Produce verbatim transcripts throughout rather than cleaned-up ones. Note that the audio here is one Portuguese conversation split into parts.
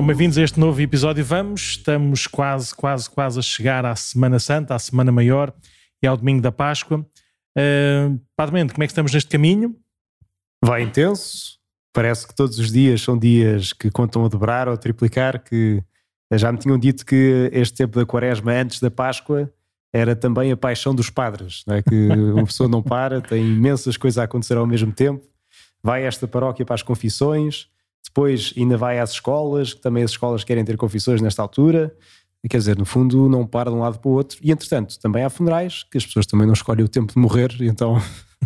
Então, bem-vindos a este novo episódio. Vamos, estamos quase, quase, quase a chegar à Semana Santa, à Semana Maior e ao Domingo da Páscoa. Uh, Padre Mendo, como é que estamos neste caminho? Vai intenso. Parece que todos os dias são dias que contam a dobrar ou a triplicar, que já me tinham dito que este tempo da Quaresma, antes da Páscoa, era também a paixão dos padres, não é? Que uma pessoa não para, tem imensas coisas a acontecer ao mesmo tempo. Vai a esta paróquia para as confissões, depois ainda vai às escolas, que também as escolas querem ter confissões nesta altura. Quer dizer, no fundo não para de um lado para o outro. E entretanto também há funerais, que as pessoas também não escolhem o tempo de morrer, então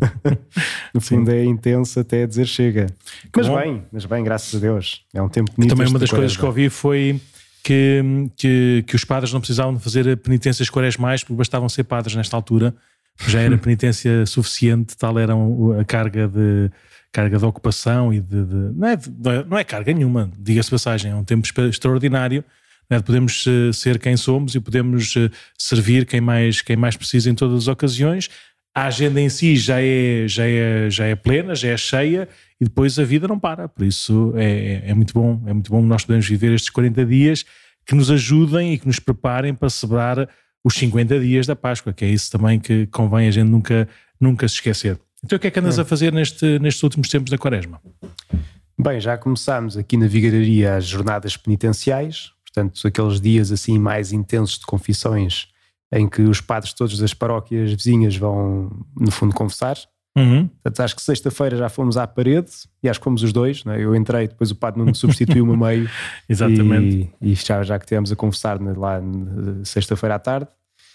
no fundo é intenso até dizer chega. Mas Bom. bem, mas bem, graças a Deus. É um tempo bonito. Também uma das coisas que ouvi foi que, que, que os padres não precisavam de fazer penitências quaresmais porque bastavam ser padres nesta altura. Já era penitência suficiente, tal era a carga de... carga de ocupação e de... de não, é, não é carga nenhuma, diga-se passagem, é um tempo extraordinário, não é? Podemos uh, ser quem somos e podemos uh, servir quem mais, quem mais precisa em todas as ocasiões. A agenda em si já é, já é, já é plena, já é cheia e depois a vida não para, por isso é, é, é muito bom, é muito bom nós podemos viver estes quarenta dias que nos ajudem e que nos preparem para celebrar os cinquenta dias da Páscoa, que é isso também que convém a gente nunca, nunca se esquecer. Então o que é que andas a fazer neste, nestes últimos tempos da Quaresma? Bem, já começámos aqui na Vigararia as jornadas penitenciais, portanto aqueles dias assim mais intensos de confissões em que os padres todos das paróquias vizinhas vão no fundo confessar. Uhum. Portanto, acho que sexta-feira já fomos à parede e acho que fomos os dois, não é? Eu entrei, depois o padre Nuno substituiu-me a meio. Exatamente. E, e já, já que estivemos a conversar lá sexta-feira à tarde.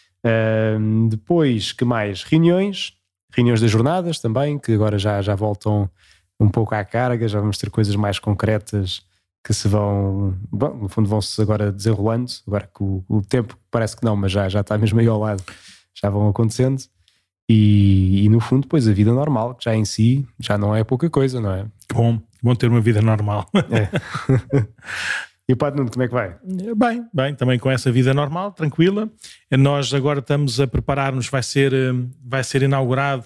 Uh, depois, que mais? Reuniões. Reuniões das jornadas também, que agora já, já voltam um pouco à carga, já vamos ter coisas mais concretas que se vão, bom, no fundo vão-se agora desenrolando, agora que o, o tempo parece que não, mas já, já está mesmo aí ao lado, já vão acontecendo e, e no fundo depois a vida normal, que já em si já não é pouca coisa, não é? Bom, bom ter uma vida normal. É. E o Padre Nuno, como é que vai? Bem, bem, também com essa vida normal, tranquila. Nós agora estamos a preparar-nos, vai ser, vai ser inaugurado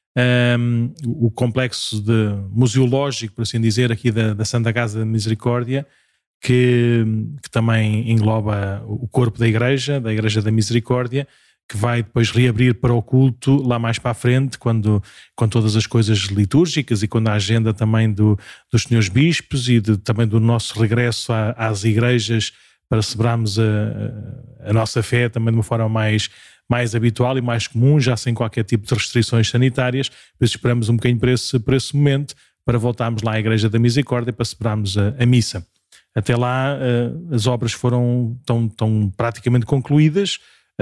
um, o complexo de, museológico, por assim dizer, aqui da, da Santa Casa da Misericórdia, que, que também engloba o corpo da Igreja, da Igreja da Misericórdia, que vai depois reabrir para o culto lá mais para a frente, quando, com todas as coisas litúrgicas e quando a agenda também do, dos senhores bispos e de, também do nosso regresso a, às igrejas para celebrarmos a, a nossa fé também de uma forma mais, mais habitual e mais comum, já sem qualquer tipo de restrições sanitárias. Por isso esperamos um bocadinho por esse, por esse momento para voltarmos lá à Igreja da Misericórdia para celebrarmos a, a missa. Até lá as obras foram tão, tão praticamente concluídas.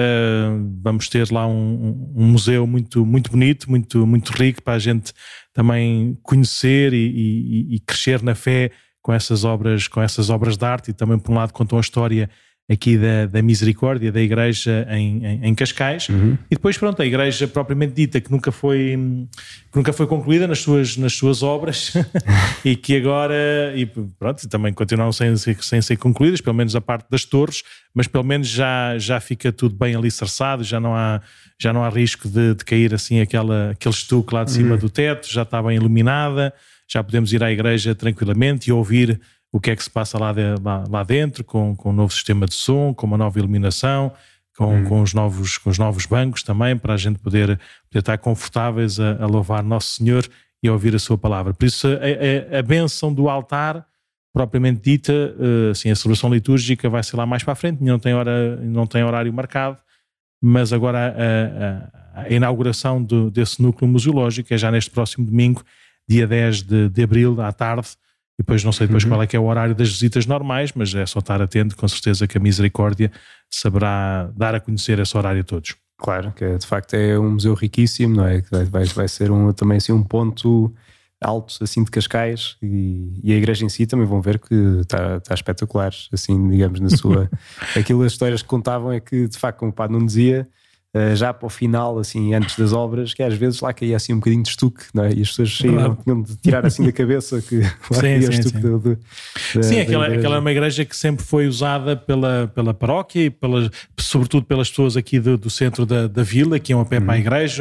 Uh, vamos ter lá um, um museu muito, muito bonito, muito, muito rico para a gente também conhecer e, e, e crescer na fé com essas obras, com essas obras de arte e também por um lado contam a história aqui da, da Misericórdia, da Igreja em, em, em Cascais. Uhum. E depois pronto, a Igreja propriamente dita que nunca foi, que nunca foi concluída nas suas, nas suas obras e que agora, e pronto, também continuam sem, sem ser concluídas, pelo menos a parte das torres, mas pelo menos já, já fica tudo bem alicerçado, já não há, já não há risco de, de cair assim aquela, aquele estuque lá de cima uhum. do teto, já está bem iluminada, já podemos ir à igreja tranquilamente e ouvir o que é que se passa lá, de, lá, lá dentro, com, com um novo sistema de som, com uma nova iluminação, com, hum. com, os, novos, com os novos bancos também, para a gente poder, poder estar confortáveis a, a louvar Nosso Senhor e a ouvir a sua palavra. Por isso a, a, a bênção do altar, propriamente dita, assim, a celebração litúrgica vai ser lá mais para a frente, não tem, hora, não tem horário marcado, mas agora a, a, a inauguração do, desse núcleo museológico é já neste próximo domingo, dia dez de, de abril, à tarde. E depois não sei depois uhum. qual é que é o horário das visitas normais, mas é só estar atento, com certeza que a Misericórdia saberá dar a conhecer esse horário a todos. Claro, que de facto é um museu riquíssimo, não é? Vai, vai ser um, também assim, um ponto alto assim de Cascais e, e a igreja em si também vão ver que está, está espetacular, assim, digamos, na sua... Aquilo, as histórias que contavam é que, de facto, como o Padre não dizia, já para o final, assim, antes das obras, que às vezes lá caía assim um bocadinho de estuque, não é? E as pessoas saíam, tinham de tirar assim da cabeça que lá sim, caía sim, o estuque sim. do, do, da, sim, aquela, da aquela é uma igreja que sempre foi usada pela, pela paróquia e pela, sobretudo pelas pessoas aqui do, do centro da, da vila, que iam a pé uhum. para a igreja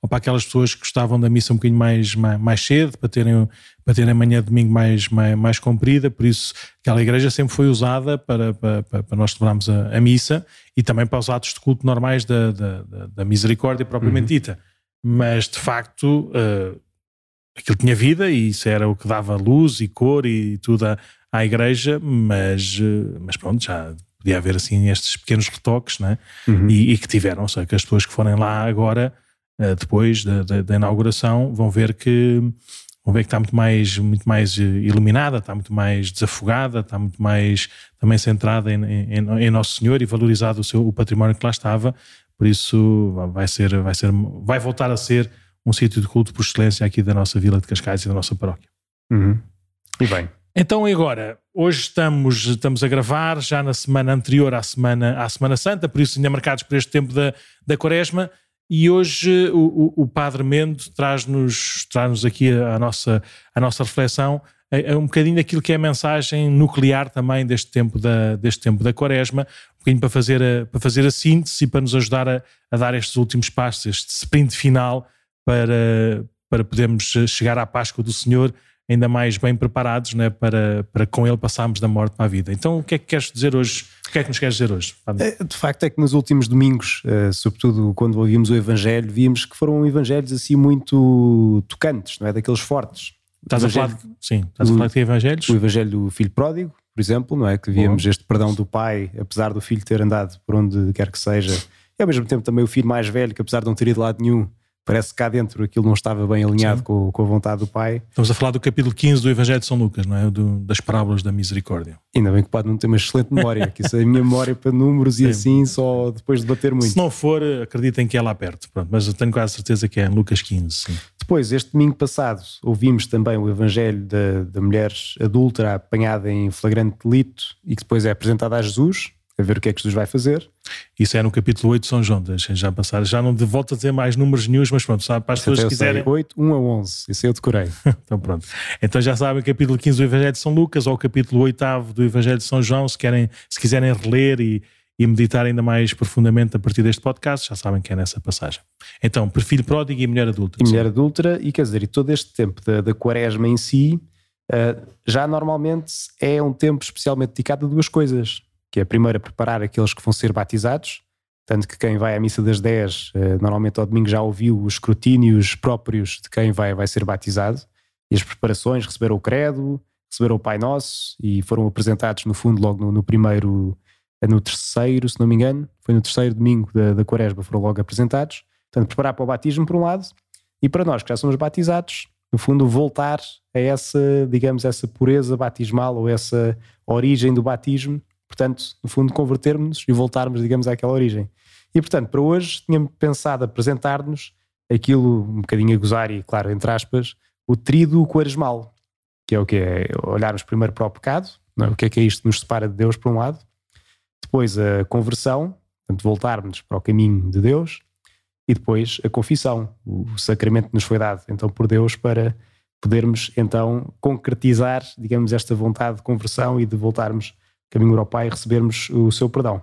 ou para aquelas pessoas que gostavam da missa um bocadinho mais, mais, mais cedo, para terem, para terem a manhã de domingo mais, mais, mais comprida. Por isso, aquela igreja sempre foi usada para, para, para nós celebrarmos a, a missa e também para os atos de culto normais da, da, da, da misericórdia propriamente dita. Uhum. Mas, de facto, uh, aquilo tinha vida e isso era o que dava luz e cor e tudo à, à igreja, mas, uh, mas pronto, já... podia haver assim estes pequenos retoques, né? Uhum. e, e que tiveram, ou seja, que as pessoas que forem lá agora, depois da, da, da inauguração, vão ver que vão ver que está muito mais, muito mais iluminada, está muito mais desafogada, está muito mais também centrada em, em, em Nosso Senhor e valorizado o, seu, o património que lá estava. Por isso vai, ser, vai, ser, vai voltar a ser um sítio de culto por excelência aqui da nossa vila de Cascais e da nossa paróquia. Uhum. E bem... Então agora, hoje estamos, estamos a gravar já na semana anterior à Semana, à Semana Santa, por isso ainda marcados por este tempo da, da Quaresma, e hoje o, o, o Padre Mendo traz-nos, traz-nos aqui a nossa, a nossa reflexão, a, a um bocadinho daquilo que é a mensagem nuclear também deste tempo da, deste tempo da Quaresma, um bocadinho para fazer a, para fazer a síntese e para nos ajudar a, a dar estes últimos passos, este sprint final para, para podermos chegar à Páscoa do Senhor ainda mais bem preparados, né, para, para com ele passarmos da morte para a vida. Então o que é que queres dizer hoje? O que é que nos queres dizer hoje? De facto é que nos últimos domingos, sobretudo quando ouvimos o Evangelho, vimos que foram evangelhos assim muito tocantes, não é? Daqueles fortes. Estás a falar de, sim, estás a falar de evangelhos? O Evangelho do Filho Pródigo, por exemplo, não é? Que víamos este perdão do pai, apesar do filho ter andado por onde quer que seja, e ao mesmo tempo também o filho mais velho, que apesar de não ter ido de lado nenhum, parece que cá dentro aquilo não estava bem alinhado com, com a vontade do Pai. Estamos a falar do capítulo quinze do Evangelho de São Lucas, não é? Do, das parábolas da misericórdia. Ainda bem que o Padre não tem uma excelente memória, que isso é a minha memória para números e assim, só depois de bater muito. Se não for, acreditem que é lá perto. Pronto, mas eu tenho quase certeza que é em Lucas quinze. Sim. Depois, este domingo passado, ouvimos também o Evangelho da, da mulher adúltera apanhada em flagrante delito e que depois é apresentada a Jesus, a ver o que é que Jesus vai fazer. Isso é no capítulo oito de São João, deixem já passar. Já não de volta a dizer mais números nenhum, mas pronto, sabe, para as pessoas que quiserem. oito, um a onze, isso eu decorei. Então pronto. Então já sabem o capítulo quinze do Evangelho de São Lucas ou o capítulo oito do Evangelho de São João, se, querem, se quiserem reler e, e meditar ainda mais profundamente a partir deste podcast, já sabem que é nessa passagem. Então, por filho pródigo e mulher adúltera. E mulher adúltera, e quer dizer, e todo este tempo da, da Quaresma em si, uh, já normalmente é um tempo especialmente dedicado a duas coisas. Que é a primeira, preparar aqueles que vão ser batizados, tanto que quem vai à missa das dez, normalmente ao domingo já ouviu os escrutínios próprios de quem vai, vai ser batizado, e as preparações, receberam o credo, receberam o Pai Nosso, e foram apresentados no fundo logo no, no primeiro, no terceiro, se não me engano, foi no terceiro domingo da, da Quaresma, foram logo apresentados. Portanto, preparar para o batismo por um lado, e para nós que já somos batizados, no fundo voltar a essa, digamos, essa pureza batismal, ou essa origem do batismo. Portanto, no fundo, convertermos-nos e voltarmos, digamos, àquela origem. E, portanto, para hoje, tínhamos pensado apresentar-nos aquilo, um bocadinho a gozar e, claro, entre aspas, o tríduo quaresmal, que é o que é olharmos primeiro para o pecado, não é? O que é que é isto que nos separa de Deus, por um lado, depois a conversão, portanto, voltarmos para o caminho de Deus, e depois a confissão, o sacramento que nos foi dado, então, por Deus, para podermos, então, concretizar, digamos, esta vontade de conversão e de voltarmos caminho ao Pai e recebermos o seu perdão.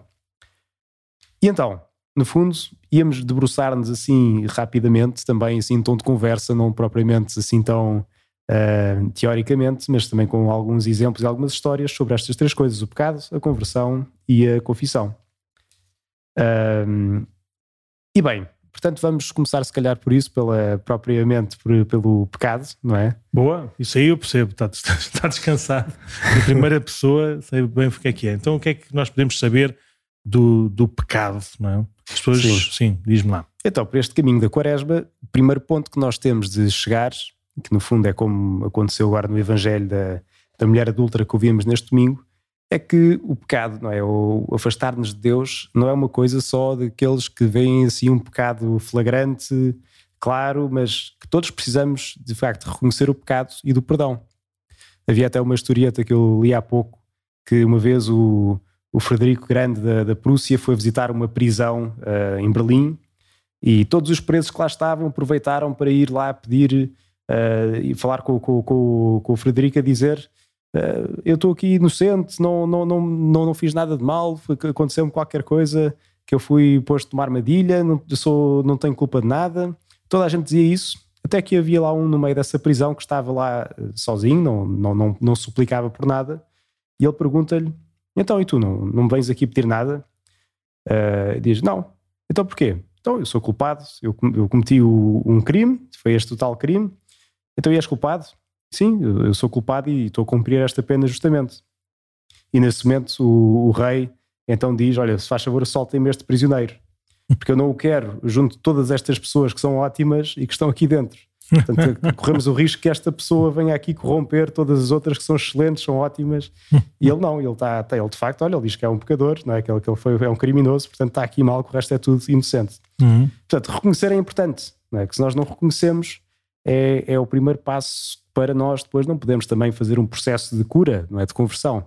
E então, no fundo, íamos debruçar-nos assim rapidamente, também assim em tom de conversa, não propriamente assim tão uh, teoricamente, mas também com alguns exemplos e algumas histórias sobre estas três coisas: o pecado, a conversão e a confissão. Uh, e bem, portanto vamos começar se calhar por isso, pela, propriamente por, pelo pecado, não é? Boa, isso aí eu percebo, está, está, está descansado. Em primeira pessoa, sei bem o que é que é. Então o que é que nós podemos saber do, do pecado, não é? As pessoas, sim, sim diz-me lá. Então, para este caminho da Quaresma, o primeiro ponto que nós temos de chegar, que no fundo é como aconteceu agora no Evangelho da, da mulher adúltera que ouvimos neste domingo, é que o pecado, não é? O afastar-nos de Deus não é uma coisa só daqueles que veem assim um pecado flagrante, claro, mas que todos precisamos de facto reconhecer o pecado e do perdão. Havia até uma historieta que eu li há pouco, que uma vez o, o Frederico Grande da, da Prússia foi visitar uma prisão uh, em Berlim, e todos os presos que lá estavam aproveitaram para ir lá pedir uh, e falar com, com, com, com o Frederico, a dizer: Uh, eu estou aqui inocente, não, não, não, não, não fiz nada de mal, aconteceu-me qualquer coisa, que eu fui posto numa armadilha, não, sou, não tenho culpa de nada, toda a gente dizia isso, até que havia lá um no meio dessa prisão que estava lá sozinho, não, não, não, não suplicava por nada, e ele pergunta-lhe, então e tu, não, não me vens aqui pedir nada? Uh, diz, não. Então porquê? Então eu sou culpado, eu, eu cometi o, um crime, foi este o tal crime, então e és culpado? Sim, eu, eu sou culpado e estou a cumprir esta pena justamente. E nesse momento o, o rei então diz, olha, se faz favor soltem-me este prisioneiro, porque eu não o quero junto de todas estas pessoas que são ótimas e que estão aqui dentro. Portanto, corremos o risco que esta pessoa venha aqui corromper todas as outras que são excelentes, são ótimas, e ele não, ele está, tá, ele de facto, olha, ele diz que é um pecador, não é? Que ele, que ele foi, é um criminoso, portanto está aqui mal, que o resto é tudo inocente. Uhum. Portanto, reconhecer é importante, não é? Que se nós não reconhecemos, é, é o primeiro passo para nós depois não podemos também fazer um processo de cura, não é? De conversão.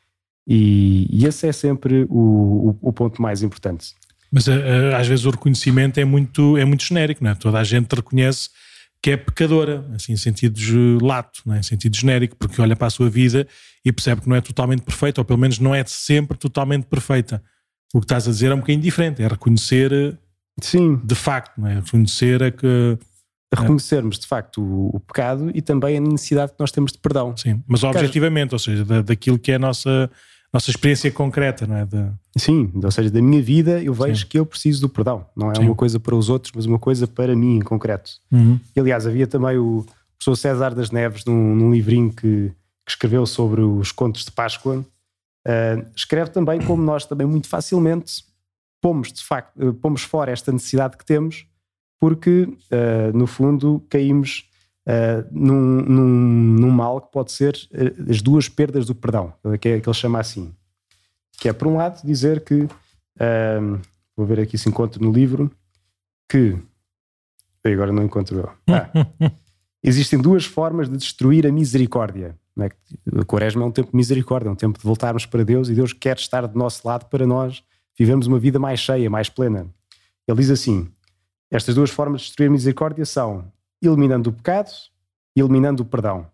E, e esse é sempre o, o, o ponto mais importante. Mas às vezes o reconhecimento é muito, é muito genérico, não é? Toda a gente reconhece que é pecadora, assim, em sentido lato, não é? Em sentido genérico, porque olha para a sua vida e percebe que não é totalmente perfeita, ou pelo menos não é sempre totalmente perfeita. O que estás a dizer é um bocadinho diferente, é reconhecer. Sim. De facto, não é? Reconhecer a que... Reconhecermos de facto o, o pecado e também a necessidade que nós temos de perdão. Sim, mas objetivamente, ou seja, da, daquilo que é a nossa... nossa experiência concreta, não é? De... Sim, ou seja, da minha vida eu vejo Sim. que eu preciso do perdão. Não é Sim. uma coisa para os outros, mas uma coisa para mim em concreto. Uhum. E, aliás, havia também o professor César das Neves, num, num livrinho que, que escreveu sobre os contos de Páscoa, uh, escreve também como nós também muito facilmente pomos, de facto, uh, pomos fora esta necessidade que temos, porque, uh, no fundo, caímos uh, num, num, num mal que pode ser uh, as duas perdas do perdão, que, é, que ele chama assim. Que é, por um lado, dizer que, uh, vou ver aqui se encontro no livro, que, agora não encontro eu, ah, existem duas formas de destruir a misericórdia. Não é? A Quaresma é um tempo de misericórdia, é um tempo de voltarmos para Deus, e Deus quer estar do nosso lado para nós vivermos uma vida mais cheia, mais plena. Ele diz assim, estas duas formas de destruir a misericórdia são eliminando o pecado e eliminando o perdão.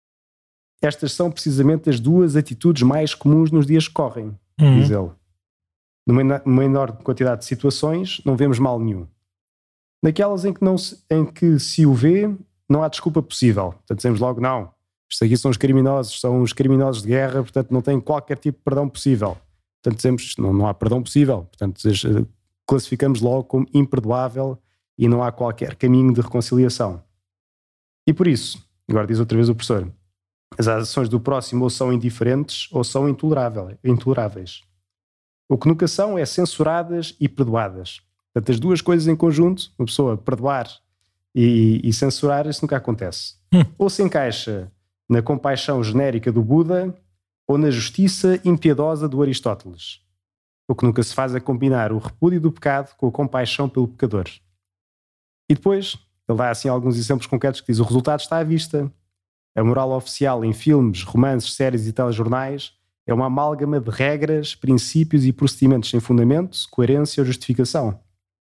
Estas são precisamente as duas atitudes mais comuns nos dias que correm, uhum. diz ele. Numa menor quantidade de situações, não vemos mal nenhum. Naquelas em que, não se, em que se o vê, não há desculpa possível. Portanto, dizemos logo, não, estes aqui são os criminosos, são os criminosos de guerra, portanto não têm qualquer tipo de perdão possível. Portanto, dizemos, não, não há perdão possível. Portanto, classificamos logo como imperdoável e não há qualquer caminho de reconciliação. E por isso, agora diz outra vez o professor, as ações do próximo ou são indiferentes ou são intoleráveis. O que nunca são é censuradas e perdoadas. Portanto, as duas coisas em conjunto, uma pessoa perdoar e, e censurar, isso nunca acontece. Hum. Ou se encaixa na compaixão genérica do Buda ou na justiça impiedosa do Aristóteles. O que nunca se faz é combinar o repúdio do pecado com a compaixão pelo pecador. E depois, ele dá assim alguns exemplos concretos que diz, o resultado está à vista. A moral oficial em filmes, romances, séries e telejornais é uma amálgama de regras, princípios e procedimentos sem fundamento, coerência ou justificação.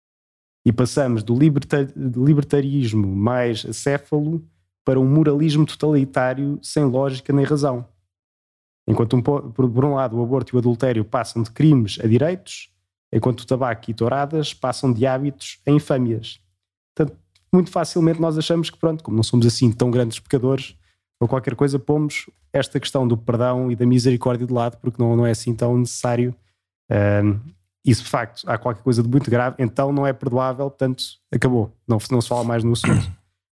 E passamos do libertar- libertarismo mais acéfalo para um moralismo totalitário sem lógica nem razão. Enquanto, um, por, por um lado, o aborto e o adultério passam de crimes a direitos, enquanto o tabaco e touradas passam de hábitos a infâmias. Portanto, muito facilmente nós achamos que, pronto, como não somos assim tão grandes pecadores, ou qualquer coisa, pomos esta questão do perdão e da misericórdia de lado, porque não, não é assim tão necessário. Um, e se de facto há qualquer coisa de muito grave, então não é perdoável, portanto, acabou. Não, não se fala mais no assunto.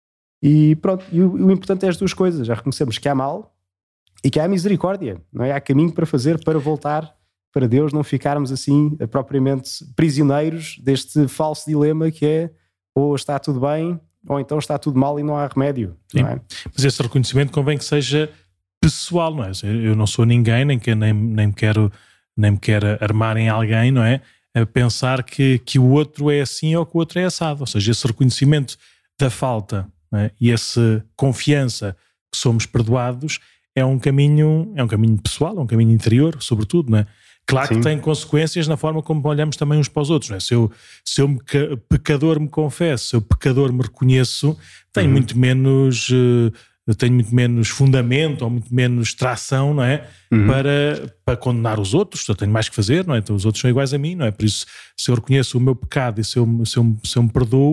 E pronto, e o, o importante é as duas coisas. Já reconhecemos que há mal e que há misericórdia. Não é? Há caminho para fazer para voltar para Deus, não ficarmos assim propriamente prisioneiros deste falso dilema que é ou está tudo bem ou então está tudo mal e não há remédio. Não é? Mas esse reconhecimento convém que seja pessoal, não é? Eu não sou ninguém, nem, que, nem, nem, me quero, nem me quero armar em alguém, não é? A pensar que, que o outro é assim ou que o outro é assado. Ou seja, esse reconhecimento da falta, não é? E essa confiança que somos perdoados é um caminho, é um caminho pessoal, é um caminho interior, sobretudo, não é? Claro Sim. que tem consequências na forma como olhamos também uns para os outros, não é? Se eu, se eu me, pecador me confesso, se eu pecador me reconheço, tenho uhum. muito menos... Eu tenho muito menos fundamento ou muito menos tração, não é? Uhum. Para, para condenar os outros, eu tenho mais que fazer, não é? Então os outros são iguais a mim, não é? Por isso, se eu reconheço o meu pecado e se eu, se eu, se eu me perdoo,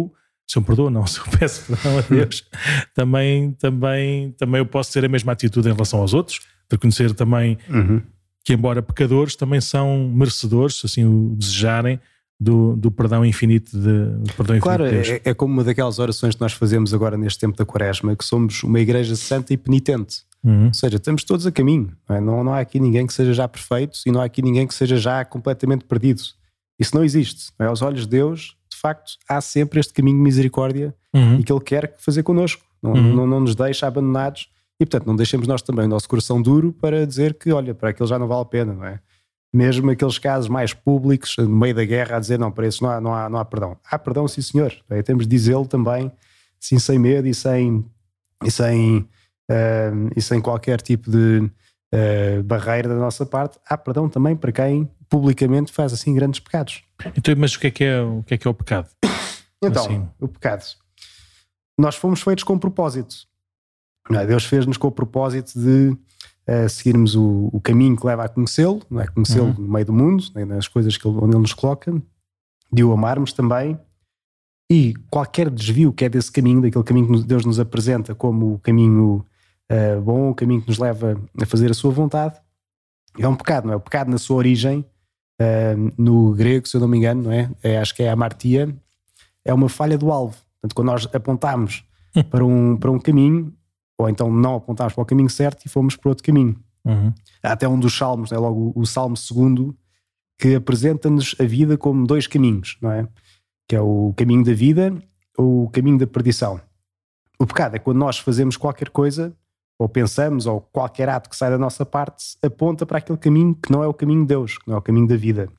se eu perdoo, não, se eu peço perdão a Deus, também, também, também eu posso ter a mesma atitude em relação aos outros, de reconhecer também uhum. que, embora pecadores, também são merecedores, se assim o desejarem, do, do perdão infinito de, do perdão claro, infinito de Deus. É, é como uma daquelas orações que nós fazemos agora neste tempo da Quaresma, que somos uma igreja santa e penitente. Uhum. Ou seja, estamos todos a caminho. Não, é? não, não há aqui ninguém que seja já perfeito e não há aqui ninguém que seja já completamente perdido. Isso não existe. Não é? Aos olhos de Deus, de facto, há sempre este caminho de misericórdia uhum. e que Ele quer fazer connosco. Não, uhum. não, não nos deixa abandonados e, portanto, não deixemos nós também o nosso coração duro para dizer que, olha, para aquilo já não vale a pena, não é? Mesmo aqueles casos mais públicos, no meio da guerra, a dizer, não, para isso não há, não há, não há perdão. Há perdão, sim senhor. É? Temos de dizê-lo também, sim, sem medo e sem, e sem, uh, e sem qualquer tipo de uh, barreira da nossa parte. Há perdão também para quem publicamente faz assim grandes pecados. Então, mas o que é que é o, que é, que é o pecado? Então, assim. o pecado. Nós fomos feitos com propósito. Não é? Deus fez-nos com o propósito de uh, seguirmos o, o caminho que leva a conhecê-lo, não é? Conhecê-lo uhum. no meio do mundo, né? nas coisas que ele, onde Ele nos coloca, de o amarmos também. E qualquer desvio que é desse caminho, daquele caminho que Deus nos apresenta como o caminho uh, bom, o caminho que nos leva a fazer a sua vontade, é um pecado, não é? O pecado na sua origem, uh, no grego, se eu não me engano, não é? É, acho que é a amartia, é uma falha do alvo. Portanto, quando nós apontamos para um, para um caminho, ou então não apontámos para o caminho certo e fomos para outro caminho. Uhum. Há até um dos salmos, é logo o, o Salmo segundo, que apresenta-nos a vida como dois caminhos, não é? Que é o caminho da vida ou o caminho da perdição. O pecado é quando nós fazemos qualquer coisa, ou pensamos, ou qualquer ato que sai da nossa parte, aponta para aquele caminho que não é o caminho de Deus, que não é o caminho da vida.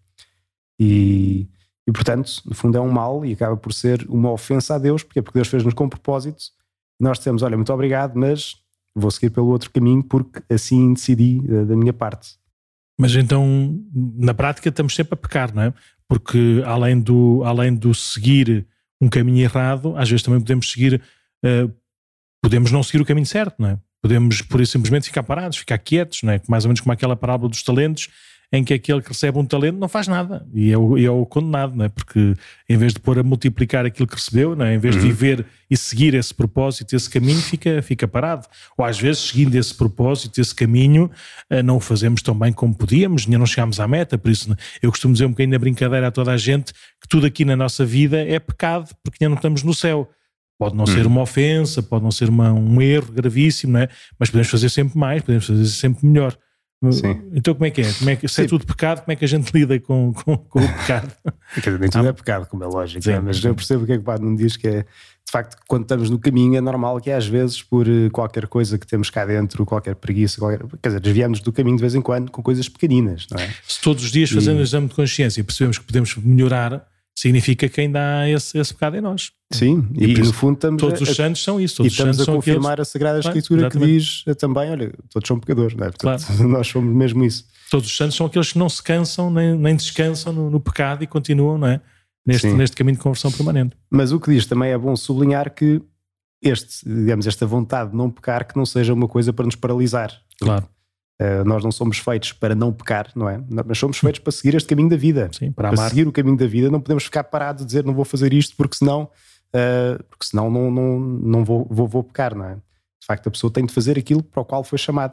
E, e portanto, no fundo é um mal e acaba por ser uma ofensa a Deus, porque, porque Deus fez-nos com propósito. Nós dissemos, olha, muito obrigado, mas vou seguir pelo outro caminho porque assim decidi da, da minha parte. Mas então, na prática, estamos sempre a pecar, não é? Porque além do, além do seguir um caminho errado, às vezes também podemos seguir, uh, podemos não seguir o caminho certo, não é? Podemos, por isso, simplesmente ficar parados, ficar quietos, não é? Mais ou menos como aquela parábola dos talentos, em que aquele que recebe um talento não faz nada e é o, e é o condenado, não é? Porque em vez de pôr a multiplicar aquilo que recebeu, não é? Em vez uhum. de viver e seguir esse propósito, esse caminho, fica, fica parado. Ou às vezes, seguindo esse propósito, esse caminho, não o fazemos tão bem como podíamos, ainda não chegámos à meta. Por isso, eu costumo dizer um bocadinho na brincadeira a toda a gente que tudo aqui na nossa vida é pecado, porque ainda não estamos no céu. Pode não uhum. ser uma ofensa, pode não ser uma, um erro gravíssimo, não é? Mas podemos fazer sempre mais, podemos fazer sempre melhor. Sim. Então como é que é? Como é que, se é tudo pecado, como é que a gente lida com, com, com o pecado? Nem tudo ah, é pecado, como é lógico, sim, é? Mas eu percebo o que é que o Padre não diz, que é, de facto, quando estamos no caminho é normal que às vezes por qualquer coisa que temos cá dentro, qualquer preguiça, qualquer, quer dizer, desviamos do caminho de vez em quando com coisas pequeninas, não é? Se todos os dias fazemos e... um exame de consciência e percebemos que podemos melhorar, significa que ainda há esse, esse pecado em nós. Sim, e, e no fundo estamos todos a, os santos são isso. Todos e estamos os a confirmar aqueles... a Sagrada Escritura claro, que diz também, olha, todos são pecadores, não é? Portanto, claro. Nós somos mesmo isso. Todos os santos são aqueles que não se cansam nem, nem descansam no, no pecado e continuam, não é? Neste, neste caminho de conversão permanente. Mas o que diz também é bom sublinhar que este, digamos, esta vontade de não pecar que não seja uma coisa para nos paralisar. Claro. Uh, nós não somos feitos para não pecar, não é? Mas somos feitos para seguir este caminho da vida. Sim, para, para amar. seguir o caminho da vida. Não podemos ficar parados a dizer não vou fazer isto porque senão, uh, porque senão não, não, não vou, vou, vou pecar, não é? De facto, a pessoa tem de fazer aquilo para o qual foi chamado.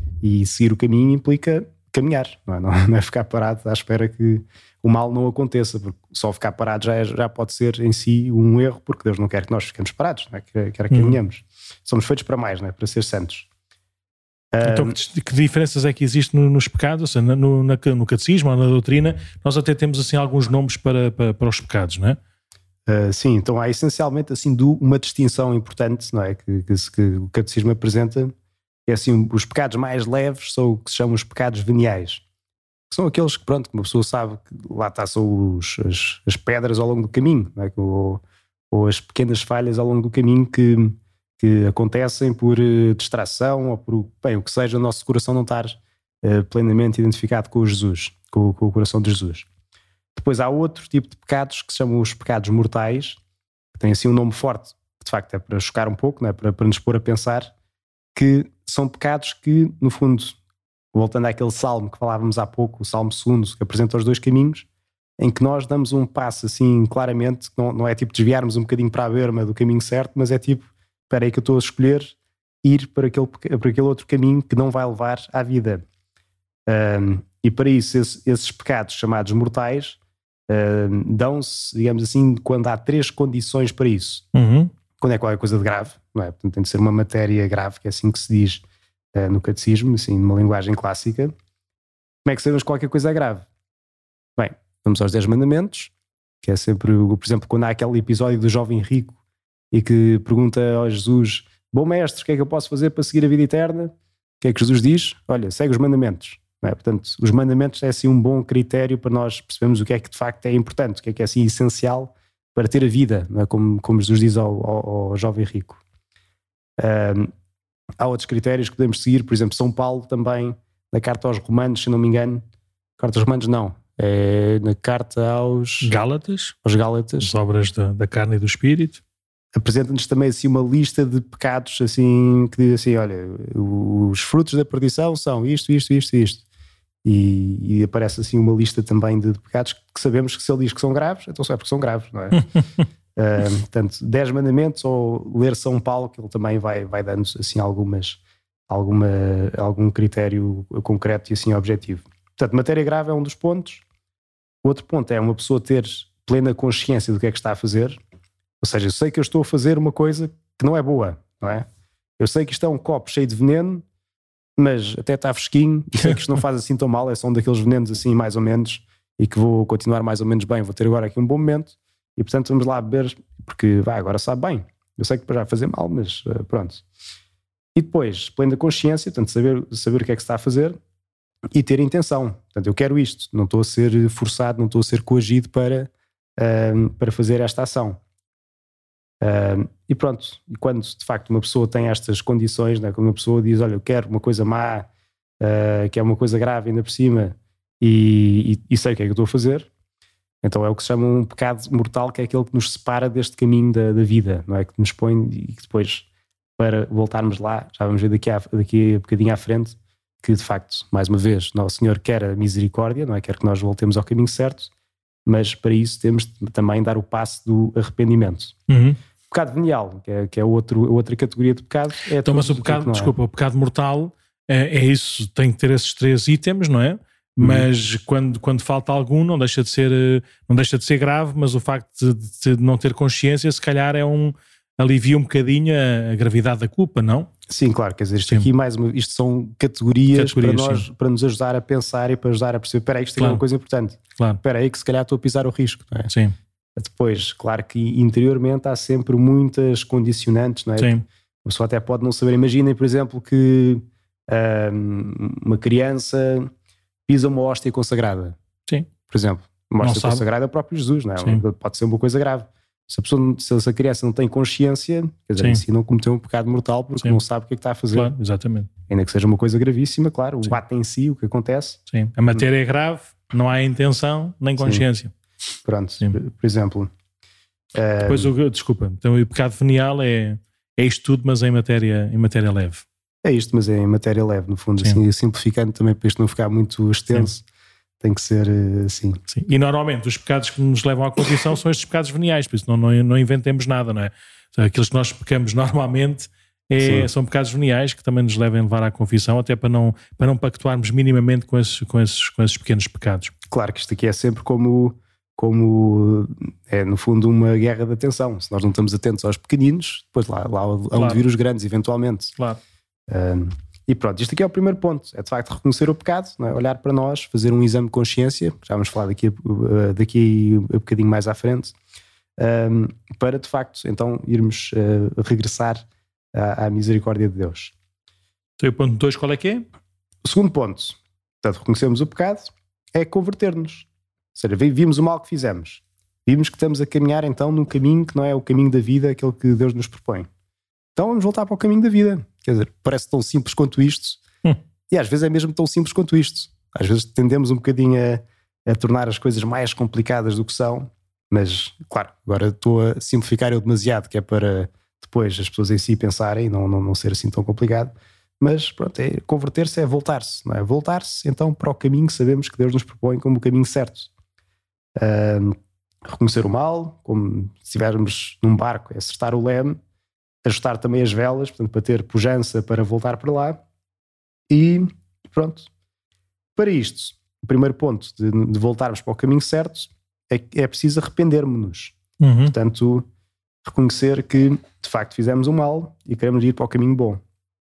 E seguir o caminho implica caminhar, não é? Não, não é ficar parado à espera que o mal não aconteça, porque só ficar parado já, é, já pode ser em si um erro, porque Deus não quer que nós fiquemos parados, não é? Quer, quer que caminhamos. Hum. Somos feitos para mais, não é? Para ser santos. Então, um, que, que diferenças é que existem no, nos pecados? Ou seja, no, na, no catecismo ou na doutrina, nós até temos assim alguns nomes para, para, para os pecados, não é? Uh, sim, então há essencialmente assim uma distinção importante, não é? Que, que, que o catecismo apresenta. É assim, os pecados mais leves são o que se chamam os pecados veniais. Que são aqueles que, pronto, que uma pessoa sabe que lá está, são os, as, as pedras ao longo do caminho, não é? ou, ou as pequenas falhas ao longo do caminho que que acontecem por uh, distração ou por, bem, o que seja, o nosso coração não estar uh, plenamente identificado com o Jesus, com, com o coração de Jesus. Depois há outro tipo de pecados que se chamam os pecados mortais, que têm assim um nome forte, que de facto é para chocar um pouco, não é? para, para nos pôr a pensar, que são pecados que, no fundo, voltando àquele salmo que falávamos há pouco, o Salmo segundo, que apresenta os dois caminhos, em que nós damos um passo assim claramente, não, não é tipo desviarmos um bocadinho para a berma do caminho certo, mas é tipo, espera aí que eu estou a escolher ir para aquele, para aquele outro caminho que não vai levar à vida. Um, e para isso, esse, esses pecados chamados mortais um, dão-se, digamos assim, quando há três condições para isso. Uhum. Quando é qualquer coisa de grave, não é? Portanto, tem de ser uma matéria grave, que é assim que se diz uh, no catecismo, assim, numa linguagem clássica. Como é que sabemos que qualquer coisa é grave? Bem, vamos aos dez mandamentos, que é sempre, por exemplo, quando há aquele episódio do jovem rico e que pergunta ao Jesus: bom mestre, o que é que eu posso fazer para seguir a vida eterna? O que é que Jesus diz? Olha, segue os mandamentos. Não é? Portanto, os mandamentos é assim um bom critério para nós percebermos o que é que de facto é importante, o que é que é assim essencial para ter a vida, não é? como, como Jesus diz ao, ao, ao jovem rico. Um, há outros critérios que podemos seguir, por exemplo, São Paulo também, na carta aos Romanos, se não me engano, carta aos Romanos não, é na carta aos Gálatas, aos Gálatas, as obras da, da carne e do espírito, apresenta-nos também assim uma lista de pecados assim, que diz assim, olha, os frutos da perdição são isto, isto, isto, isto. E, e aparece assim uma lista também de, de pecados que sabemos que se ele diz que são graves, então só é porque são graves, não é? uh, portanto, dez mandamentos, ou ler São Paulo, que ele também vai, vai dando assim algumas, alguma, algum critério concreto e assim objetivo. Portanto, matéria grave é um dos pontos. O outro ponto é uma pessoa ter plena consciência do que é que está a fazer. Ou seja, eu sei que eu estou a fazer uma coisa que não é boa, não é? Eu sei que isto é um copo cheio de veneno, mas até está fresquinho, e sei que isto não faz assim tão mal, é só um daqueles venenos assim mais ou menos, e que vou continuar mais ou menos bem, vou ter agora aqui um bom momento, e portanto vamos lá beber, porque vai, agora sabe bem. Eu sei que depois vai fazer mal, mas uh, pronto. E depois, plena consciência, portanto saber, saber o que é que se está a fazer, e ter intenção. Portanto, eu quero isto, não estou a ser forçado, não estou a ser coagido para, uh, para fazer esta ação. Uh, e pronto, e quando de facto uma pessoa tem estas condições, né, quando uma pessoa diz, olha, eu quero uma coisa má, uh, que é uma coisa grave ainda por cima, e, e, e sei o que é que eu estou a fazer, então é o que se chama um pecado mortal, que é aquele que nos separa deste caminho da, da vida, não é? Que nos põe, e que depois, para voltarmos lá, já vamos ver daqui a, daqui a bocadinho à frente, que de facto, mais uma vez, Nosso Senhor quer a misericórdia, não é? Quer que nós voltemos ao caminho certo, mas para isso temos de também dar o passo do arrependimento. Uhum. Pecado venial, que é, que é outro, outra categoria de pecado. É então, mas o pecado, é. desculpa, o pecado mortal é, é isso, tem que ter esses três itens, não é? Mas uhum. quando, quando falta algum, não deixa de ser, não deixa de ser grave, mas o facto de, de não ter consciência, se calhar é um, alivia um bocadinho a, a gravidade da culpa, não? Sim, claro, quer dizer, isto aqui mais uma, isto são categorias, categorias para, nós, para nos ajudar a pensar e para ajudar a perceber, espera aí, isto claro. É uma coisa importante, claro. Espera aí que se calhar estou a pisar o risco, não é? Sim. Depois, claro que interiormente há sempre muitas condicionantes, não é? Sim. A pessoa até pode não saber. Imaginem, por exemplo, que um, uma criança pisa uma hóstia consagrada. Sim. Por exemplo, uma hóstia consagrada é o próprio Jesus, não é? Sim. Pode ser uma coisa grave. Se a, pessoa, se a criança não tem consciência, quer dizer, assim não cometeu um pecado mortal porque Sim. não sabe o que é que está a fazer. Claro, exatamente. Ainda que seja uma coisa gravíssima, claro, Sim. o ato em si, o que acontece. Sim. A matéria é grave, não há intenção nem consciência. Sim. Pronto, Sim. por exemplo. Depois, um, o, desculpa, então o pecado venial é, é isto tudo, mas em matéria, em matéria leve. É isto, mas é em matéria leve, no fundo, assim, simplificando também para isto não ficar muito extenso, Sim. tem que ser assim. Sim. E normalmente os pecados que nos levam à confissão são estes pecados veniais, por isso não, não, não inventemos nada, não é? Aqueles que nós pecamos normalmente é, são pecados veniais que também nos levam a levar à confissão, até para não, para não pactuarmos minimamente com esses, com, esses, com esses pequenos pecados. Claro que isto aqui é sempre como... como é no fundo uma guerra de atenção. Se nós não estamos atentos aos pequeninos, depois lá, lá há claro. de vir os grandes eventualmente. Claro. Um, e pronto, isto aqui é o primeiro ponto, é de facto reconhecer o pecado, não é? Olhar para nós, fazer um exame de consciência, já vamos falar daqui a, daqui a um bocadinho mais à frente, um, para de facto então irmos uh, regressar à, à misericórdia de Deus. Então o ponto dois qual é que é? O segundo ponto, portanto reconhecemos o pecado, é converter-nos. Ou seja, vimos o mal que fizemos. Vimos que estamos a caminhar então num caminho que não é o caminho da vida, aquele que Deus nos propõe. Então vamos voltar para o caminho da vida. Quer dizer, parece tão simples quanto isto. Hum. E às vezes é mesmo tão simples quanto isto. Às vezes tendemos um bocadinho a, a tornar as coisas mais complicadas do que são. Mas, claro, agora estou a simplificar eu demasiado, que é para depois as pessoas em si pensarem e não, não, não ser assim tão complicado. Mas pronto, é, converter-se é voltar-se. Não é? Voltar-se então para o caminho que sabemos que Deus nos propõe como o caminho certo. Uh, reconhecer o mal, como se estivermos num barco, é acertar o leme, ajustar também as velas, portanto, para ter pujança para voltar para lá. E pronto. Para isto, o primeiro ponto de, de voltarmos para o caminho certo é que é preciso arrependermos-nos. Uhum. Portanto, reconhecer que de facto fizemos o mal e queremos ir para o caminho bom.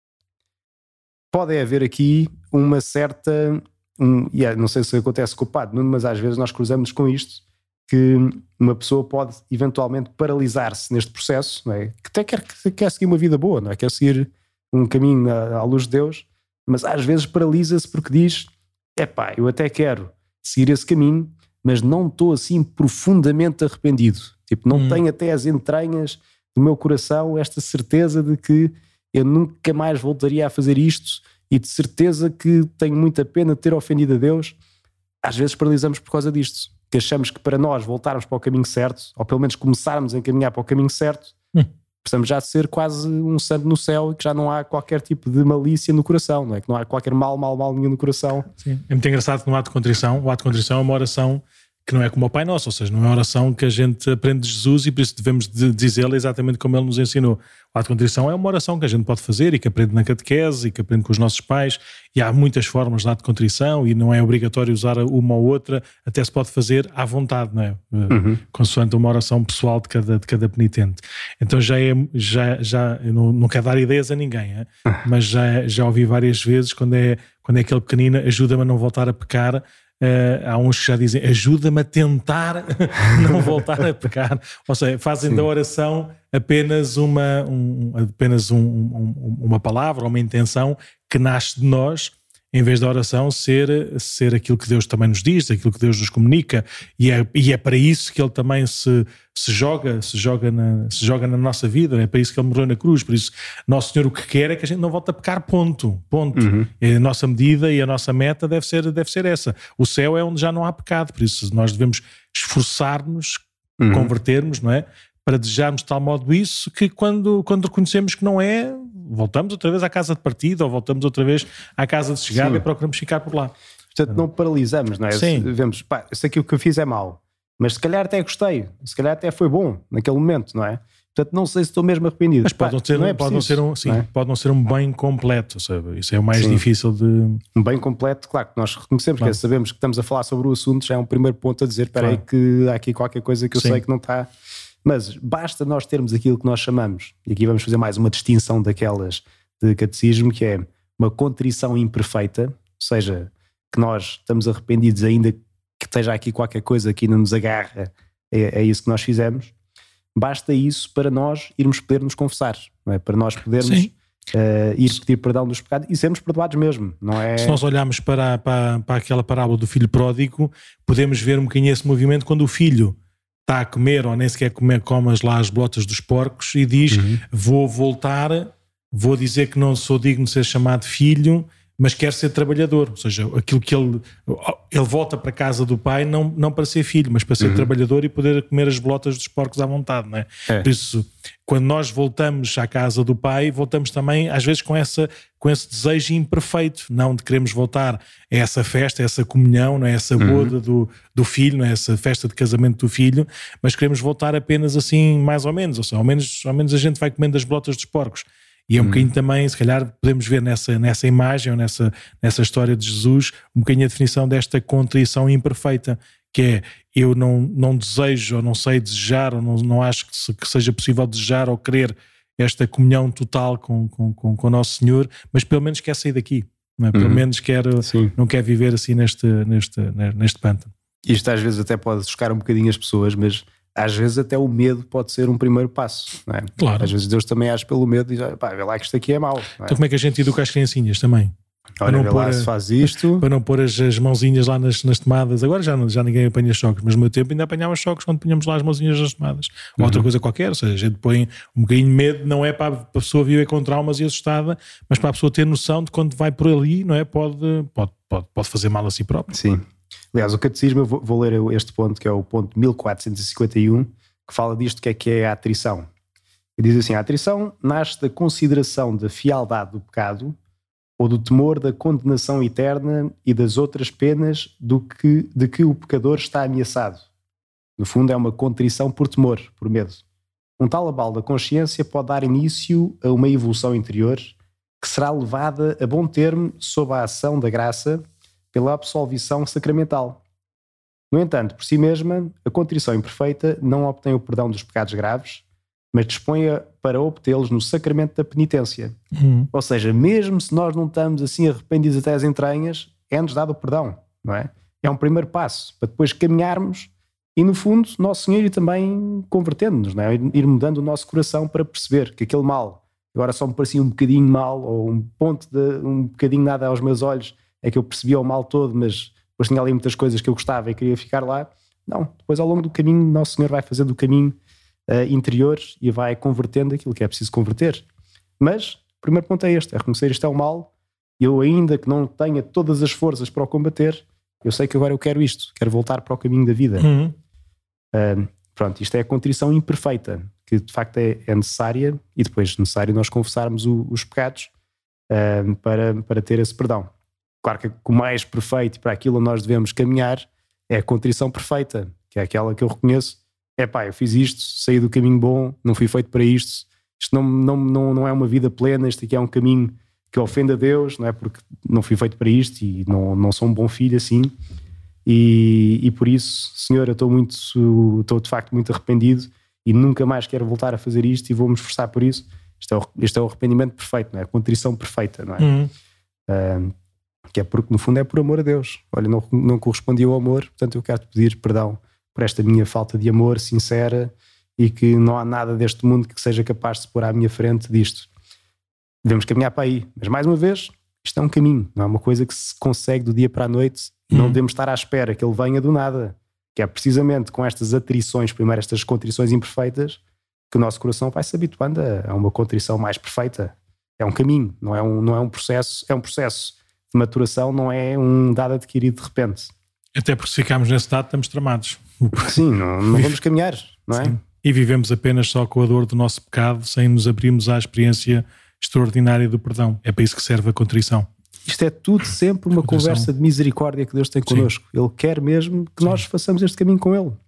Pode haver aqui uma certa... Um, yeah, não sei se acontece com o Padre Nuno, mas às vezes nós cruzamos com isto, que uma pessoa pode eventualmente paralisar-se neste processo, não é? Que até quer, quer seguir uma vida boa, não é? Quer seguir um caminho à, à luz de Deus, mas às vezes paralisa-se porque diz: epá, eu até quero seguir esse caminho, mas não estou assim profundamente arrependido. Tipo, não hum. tenho até as entranhas do meu coração esta certeza de que eu nunca mais voltaria a fazer isto e de certeza que tenho muita pena de ter ofendido a Deus. Às vezes paralisamos por causa disto, que achamos que para nós voltarmos para o caminho certo, ou pelo menos começarmos a encaminhar para o caminho certo, hum. precisamos já de ser quase um santo no céu e que já não há qualquer tipo de malícia no coração, não é? Que não há qualquer mal, mal, mal nenhum no coração. Sim. É muito engraçado que no ato de contrição, o ato de contrição é uma oração que não é como o Pai Nosso, ou seja, não é uma oração que a gente aprende de Jesus e por isso devemos de dizê-la exatamente como Ele nos ensinou. O ato de contrição é uma oração que a gente pode fazer e que aprende na catequese e que aprende com os nossos pais, e há muitas formas de ato de contrição e não é obrigatório usar uma ou outra, até se pode fazer à vontade, não é? Uhum. Consoante uma oração pessoal de cada, de cada penitente. Então já é, já, já eu não, não quero dar ideias a ninguém, é? Mas já, já ouvi várias vezes quando é, quando é aquele pequenino, ajuda-me a não voltar a pecar. Uh, há uns que já dizem, ajuda-me a tentar não voltar a pecar, ou seja, fazem Sim. da oração apenas uma, um, apenas um, um, uma palavra, uma intenção que nasce de nós, em vez da oração ser, ser aquilo que Deus também nos diz, aquilo que Deus nos comunica, e é, e é para isso que Ele também se, se, joga, se, joga na, se joga na nossa vida, é para isso que Ele morreu na cruz. Por isso, Nosso Senhor o que quer é que a gente não volte a pecar, ponto, ponto. Uhum. A nossa medida e a nossa meta deve ser, deve ser essa. O céu é onde já não há pecado, por isso nós devemos esforçar-nos, uhum. convertermos, não é? Para desejarmos de tal modo isso que quando, quando reconhecemos que não é, voltamos outra vez à casa de partida ou voltamos outra vez à casa de chegada Sim. e procuramos ficar por lá. Portanto, não paralisamos, não é? Sim. Vemos, pá, sei que o que eu fiz é mau, mas se calhar até gostei, se calhar até foi bom naquele momento, não é? Portanto, não sei se estou mesmo arrependido. Mas pode, pá, não, ser, não, é pode, não, ser um, sim, é? pode não ser um bem completo, sabe? Isso é o mais sim. difícil de... Um bem completo, claro, que nós reconhecemos, claro. que sabemos que estamos a falar sobre o assunto, já é um primeiro ponto a dizer, espera claro. aí que há aqui qualquer coisa que eu sim. sei que não está... Mas basta nós termos aquilo que nós chamamos, e aqui vamos fazer mais uma distinção daquelas de catecismo, que é uma contrição imperfeita, ou seja, que nós estamos arrependidos ainda que esteja aqui qualquer coisa que ainda nos agarra, é, é isso que nós fizemos. Basta isso para nós irmos poder nos confessar, não é? Para nós podermos uh, ir pedir perdão dos pecados e sermos perdoados mesmo, não é? Se nós olharmos para, para, para aquela parábola do filho pródigo, podemos ver um bocadinho esse movimento quando o filho está a comer ou nem sequer comer, comas lá as bolotas dos porcos e diz, uhum. vou voltar, vou dizer que não sou digno de ser chamado filho, mas quero ser trabalhador. Ou seja, aquilo que ele, ele volta para a casa do pai não, não para ser filho, mas para ser uhum. trabalhador e poder comer as bolotas dos porcos à vontade, não é? É. Por isso, quando nós voltamos à casa do pai, voltamos também às vezes com, essa, com esse desejo imperfeito, não de queremos voltar a essa festa, a essa comunhão, não é? Essa boda uhum. do, do filho, não é? Essa festa de casamento do filho, mas queremos voltar apenas assim, mais ou menos, ou seja, ao menos, ao menos a gente vai comendo as bolotas dos porcos. E é um hum. bocadinho também, se calhar podemos ver nessa, nessa imagem ou nessa, nessa história de Jesus um bocadinho a definição desta contrição imperfeita, que é, eu não, não desejo ou não sei desejar ou não, não acho que, se, que seja possível desejar ou querer esta comunhão total com, com, com, com o Nosso Senhor, mas pelo menos quer sair daqui, não é? Pelo hum. menos quer, não quer viver assim neste, neste, neste pântano. Isto às vezes até pode chocar um bocadinho as pessoas, mas às vezes até o medo pode ser um primeiro passo, não é? Claro. Às vezes Deus também age pelo medo e diz, pá, vê lá que isto aqui é mau. Não é? Então como é que a gente educa as criancinhas também? Olha, para não pôr, lá se faz isto. Para não pôr as, as mãozinhas lá nas, nas tomadas. Agora já, já ninguém apanha choques, mas no meu tempo ainda apanhava choques quando punhamos lá as mãozinhas nas tomadas. Ou uhum. outra coisa qualquer, ou seja, a gente põe um bocadinho de medo, não é para a pessoa viver com traumas e assustada, mas para a pessoa ter noção de quando vai por ali, não é? Pode, pode, pode, pode fazer mal a si próprio. Sim. Aliás, o catecismo, eu vou, vou ler este ponto, que é o ponto mil quatrocentos e cinquenta e um, que fala disto, que é que é a atrição. E diz assim, a atrição nasce da consideração da fialdade do pecado ou do temor da condenação eterna e das outras penas do que, de que o pecador está ameaçado. No fundo é uma contrição por temor, por medo. Um tal abalo da consciência pode dar início a uma evolução interior que será levada a bom termo sob a ação da graça pela absolvição sacramental. No entanto, por si mesma, a contrição imperfeita não obtém o perdão dos pecados graves, mas dispõe para obtê-los no sacramento da penitência. Uhum. Ou seja, mesmo se nós não estamos assim arrependidos até as entranhas, é-nos dado o perdão, não é? É um primeiro passo para depois caminharmos e, no fundo, Nosso Senhor ir também convertendo-nos, não é? Ir mudando o nosso coração para perceber que aquele mal, agora só me parecia um bocadinho mal, ou um ponto de um bocadinho nada aos meus olhos, é que eu percebia o mal todo, mas depois tinha ali muitas coisas que eu gostava e queria ficar lá. Não, depois ao longo do caminho, Nosso Senhor vai fazendo o caminho uh, interior e vai convertendo aquilo que é preciso converter. Mas o primeiro ponto é este, é reconhecer isto é o mal, e eu ainda que não tenha todas as forças para o combater, eu sei que agora eu quero isto, quero voltar para o caminho da vida. Uhum. Uh, pronto, isto é a contrição imperfeita, que de facto é, é necessária, e depois necessário nós confessarmos o, os pecados uh, para, para ter esse perdão. Claro que o mais perfeito para aquilo nós devemos caminhar é a contrição perfeita, que é aquela que eu reconheço, é pá, eu fiz isto, saí do caminho bom, não fui feito para isto, isto não, não, não, não é uma vida plena, isto aqui é um caminho que ofende a Deus, não é? Porque não fui feito para isto e não, não sou um bom filho assim, e, e por isso, Senhor, eu estou muito, estou de facto muito arrependido e nunca mais quero voltar a fazer isto e vou-me esforçar por isso. Este é o, este é o arrependimento perfeito, não é? A contrição perfeita, não é? Uhum. Uh, que é porque no fundo é por amor a Deus. Olha, não, não correspondi ao amor, portanto eu quero-te pedir perdão por esta minha falta de amor sincera e que não há nada deste mundo que seja capaz de se pôr à minha frente disto. Devemos caminhar para aí, mas mais uma vez isto é um caminho, não é uma coisa que se consegue do dia para a noite e uhum. não devemos estar à espera que ele venha do nada, que é precisamente com estas atrições, primeiro estas contrições imperfeitas, que o nosso coração vai se habituando a uma contrição mais perfeita. É um caminho, não é um, não é um processo, é um processo de maturação, não é um dado adquirido de repente. Até porque se ficarmos nesse dado estamos tramados. Sim, não, não vamos caminhar, não é? Sim. E vivemos apenas só com a dor do nosso pecado, sem nos abrirmos à experiência extraordinária do perdão. É para isso que serve a contrição. Isto é tudo sempre uma Contrição. Conversa de misericórdia que Deus tem connosco. Sim. Ele quer mesmo que Sim. nós façamos este caminho com Ele.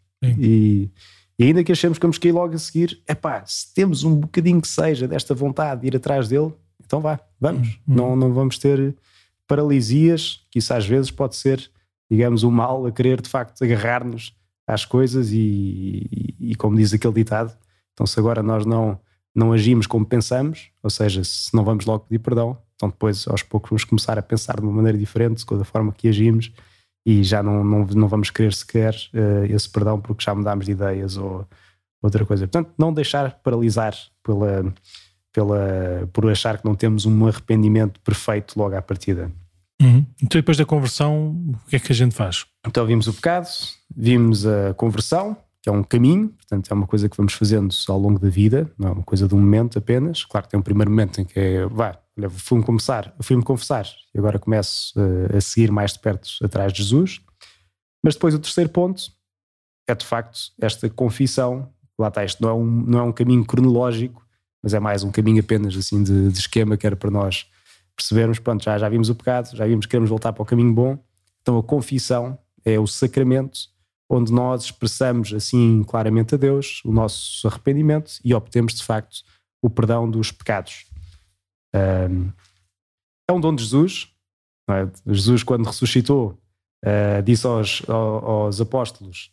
E, e ainda que achemos que vamos cair logo a seguir, é pá, se temos um bocadinho que seja desta vontade de ir atrás dele, então vá, vamos. Hum. Não, não vamos ter paralisias, que isso às vezes pode ser, digamos, o mal a querer de facto agarrar-nos às coisas e, e, e como diz aquele ditado, então se agora nós não, não agimos como pensamos, ou seja, se não vamos logo pedir perdão, então depois aos poucos vamos começar a pensar de uma maneira diferente com a forma que agimos e já não, não, não vamos querer sequer uh, esse perdão porque já mudámos de ideias ou outra coisa. Portanto, não deixar paralisar pela, pela, por achar que não temos um arrependimento perfeito logo à partida. Uhum. Então depois da conversão, o que é que a gente faz? Então vimos o pecado, vimos a conversão, que é um caminho, portanto é uma coisa que vamos fazendo ao longo da vida, não é uma coisa de um momento apenas. Claro que tem um primeiro momento em que é, vá, olha, fui-me confessar, fui-me confessar e agora começo uh, a seguir mais de perto atrás de Jesus. Mas depois o terceiro ponto é de facto esta confissão. Lá está, isto não é um, não é um caminho cronológico, mas é mais um caminho apenas assim de, de esquema que era para nós percebermos, pronto, já, já vimos o pecado, já vimos que queremos voltar para o caminho bom. Então a confissão é o sacramento onde nós expressamos assim claramente a Deus o nosso arrependimento e obtemos de facto o perdão dos pecados. Um, é um dom de Jesus, não é? Jesus quando ressuscitou uh, disse aos, aos, aos apóstolos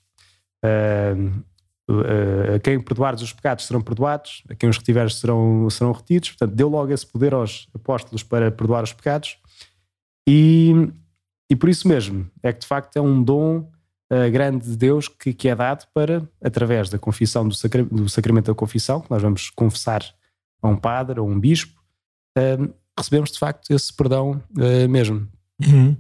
uh, uh, a quem perdoares os pecados serão perdoados, a quem os retiveres serão, serão retidos. Portanto deu logo esse poder aos apóstolos para perdoar os pecados e, e por isso mesmo é que de facto é um dom Uh, grande de Deus que, que é dado para, através da confissão do, sacra, do sacramento da confissão, que nós vamos confessar a um padre ou um bispo, uh, recebemos de facto esse perdão uh, mesmo. Uhum.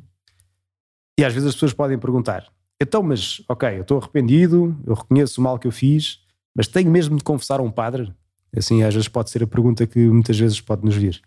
E às vezes as pessoas podem perguntar, então mas ok, eu estou arrependido, eu reconheço o mal que eu fiz, mas tenho mesmo de confessar a um padre? Assim às vezes pode ser a pergunta que muitas vezes pode nos vir.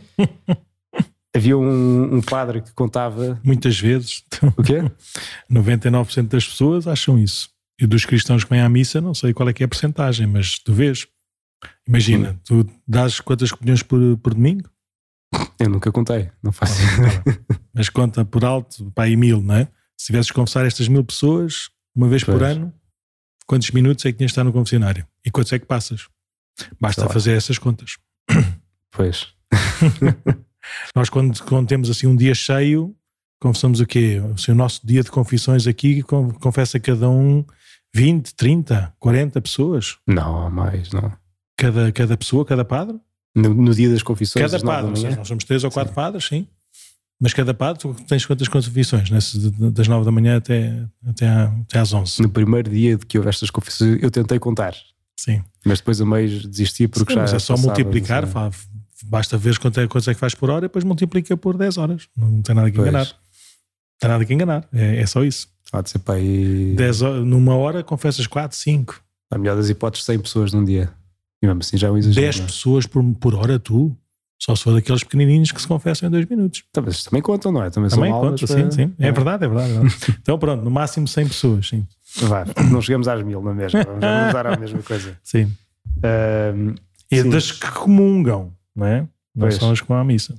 Havia um, um padre que contava... Muitas vezes. O quê? noventa e nove por cento das pessoas acham isso. E dos cristãos que vêm à missa, não sei qual é que é a percentagem, mas tu vês. Imagina, tu dás quantas comunhões por, por domingo? Eu nunca contei, não faço. Ah, tá. Mas conta por alto, para aí mil, não é? Se tivesses de confessar estas mil pessoas, uma vez pois. por ano, quantos minutos é que tinhas de estar no confessionário e quantos é que passas. Basta fazer essas contas. Pois. Nós quando, quando temos assim um dia cheio, confessamos o quê? Assim, o nosso dia de confissões aqui confessa cada um vinte, trinta, quarenta pessoas. Não, mais não. Cada, cada pessoa, cada padre? No, no dia das confissões. Cada padre, ou seja, nós somos três ou quatro sim. padres, sim. Mas cada padre, tu tens quantas confissões? Nesse, das nove da manhã até, até, até às onze. No primeiro dia de que houve estas confissões, eu tentei contar. Sim. Mas depois a meio desisti porque sim, já. Mas é só passava, multiplicar, assim. Basta ver quanto é, quanto é que faz por hora e depois multiplica por dez horas. Não tem nada que enganar. Pois. Não tem nada que enganar. É, é só isso. Pode ser para aí. dez horas, numa hora confessas quatro, cinco. A melhor das hipóteses, cem pessoas num dia. E mesmo assim já é um exagero. dez pessoas por, por hora, tu? Só se for daqueles pequenininhos que se confessam em dois minutos. Então, mas também contam, não é? Também, também são conta, sim, para... sim. É, é verdade, é verdade. É verdade. Então pronto, no máximo cem pessoas, sim. Vai, não chegamos às mil na mesma. Vamos usar a mesma coisa. Sim. Um, e sim. das que comungam, não é? Não pois. São as que vão à missa.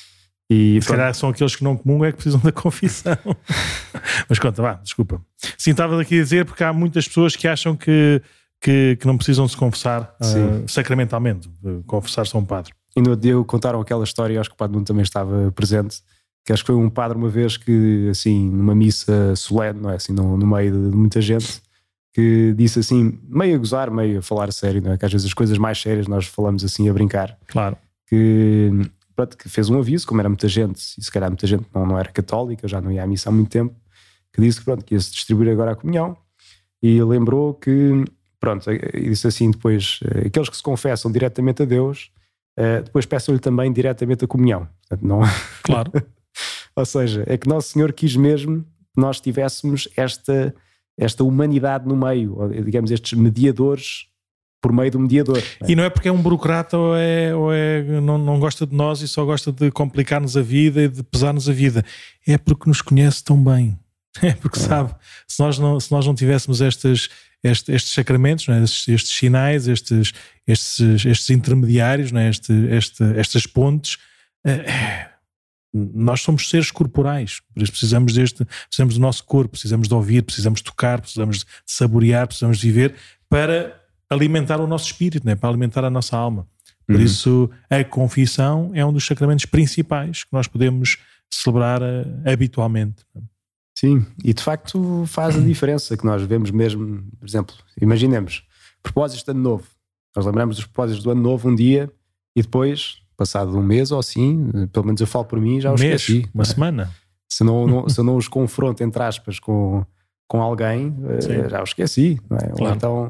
E se calhar são aqueles que não comungam é que precisam da confissão. Mas conta, vá, desculpa. Sim, estava aqui a dizer porque há muitas pessoas que acham que, que, que não precisam se confessar uh, sacramentalmente, confessar-se a um padre. E no outro dia contaram aquela história, acho que o Padre Nuno também estava presente, que acho que foi um padre uma vez que, assim, numa missa solene, não é? Assim, no, no meio de muita gente, que disse assim, meio a gozar, meio a falar sério, não é? Que às vezes as coisas mais sérias nós falamos assim a brincar. Claro. Que, pronto, que fez um aviso, como era muita gente, e se calhar muita gente não, não era católica, já não ia à missa há muito tempo, que disse que, pronto, que ia-se distribuir agora a comunhão, e lembrou que, pronto, e disse assim depois, aqueles que se confessam diretamente a Deus, Uh, depois peçam-lhe também diretamente a comunhão. Portanto, não... Claro. Ou seja, é que Nosso Senhor quis mesmo que nós tivéssemos esta, esta humanidade no meio, ou, digamos, estes mediadores por meio do mediador. Não é? E não é porque é um burocrata ou, é, ou é, não, não gosta de nós e só gosta de complicar-nos a vida e de pesar-nos a vida. É porque nos conhece tão bem. É porque é. sabe, se nós não, se nós não tivéssemos estas... Este, estes sacramentos, não é? estes, estes sinais, estes, estes, estes intermediários, não é? este, este, estas pontes, eh, nós somos seres corporais, por isso precisamos deste, precisamos do nosso corpo, precisamos de ouvir, precisamos de tocar, precisamos de saborear, precisamos de viver para alimentar o nosso espírito, não é? Para alimentar a nossa alma. Por uhum. isso a confissão é um dos sacramentos principais que nós podemos celebrar uh, habitualmente. Sim, e de facto faz a diferença que nós vemos mesmo, por exemplo, imaginemos, propósitos de ano novo. Nós lembramos dos propósitos do ano novo um dia e depois, passado um mês ou assim, pelo menos eu falo por mim, já os mês, esqueci. Uma é? semana. Se não, não, se eu não os confronto, entre aspas, com, com alguém, uh, já os esqueci. Não é? Claro. Ou então,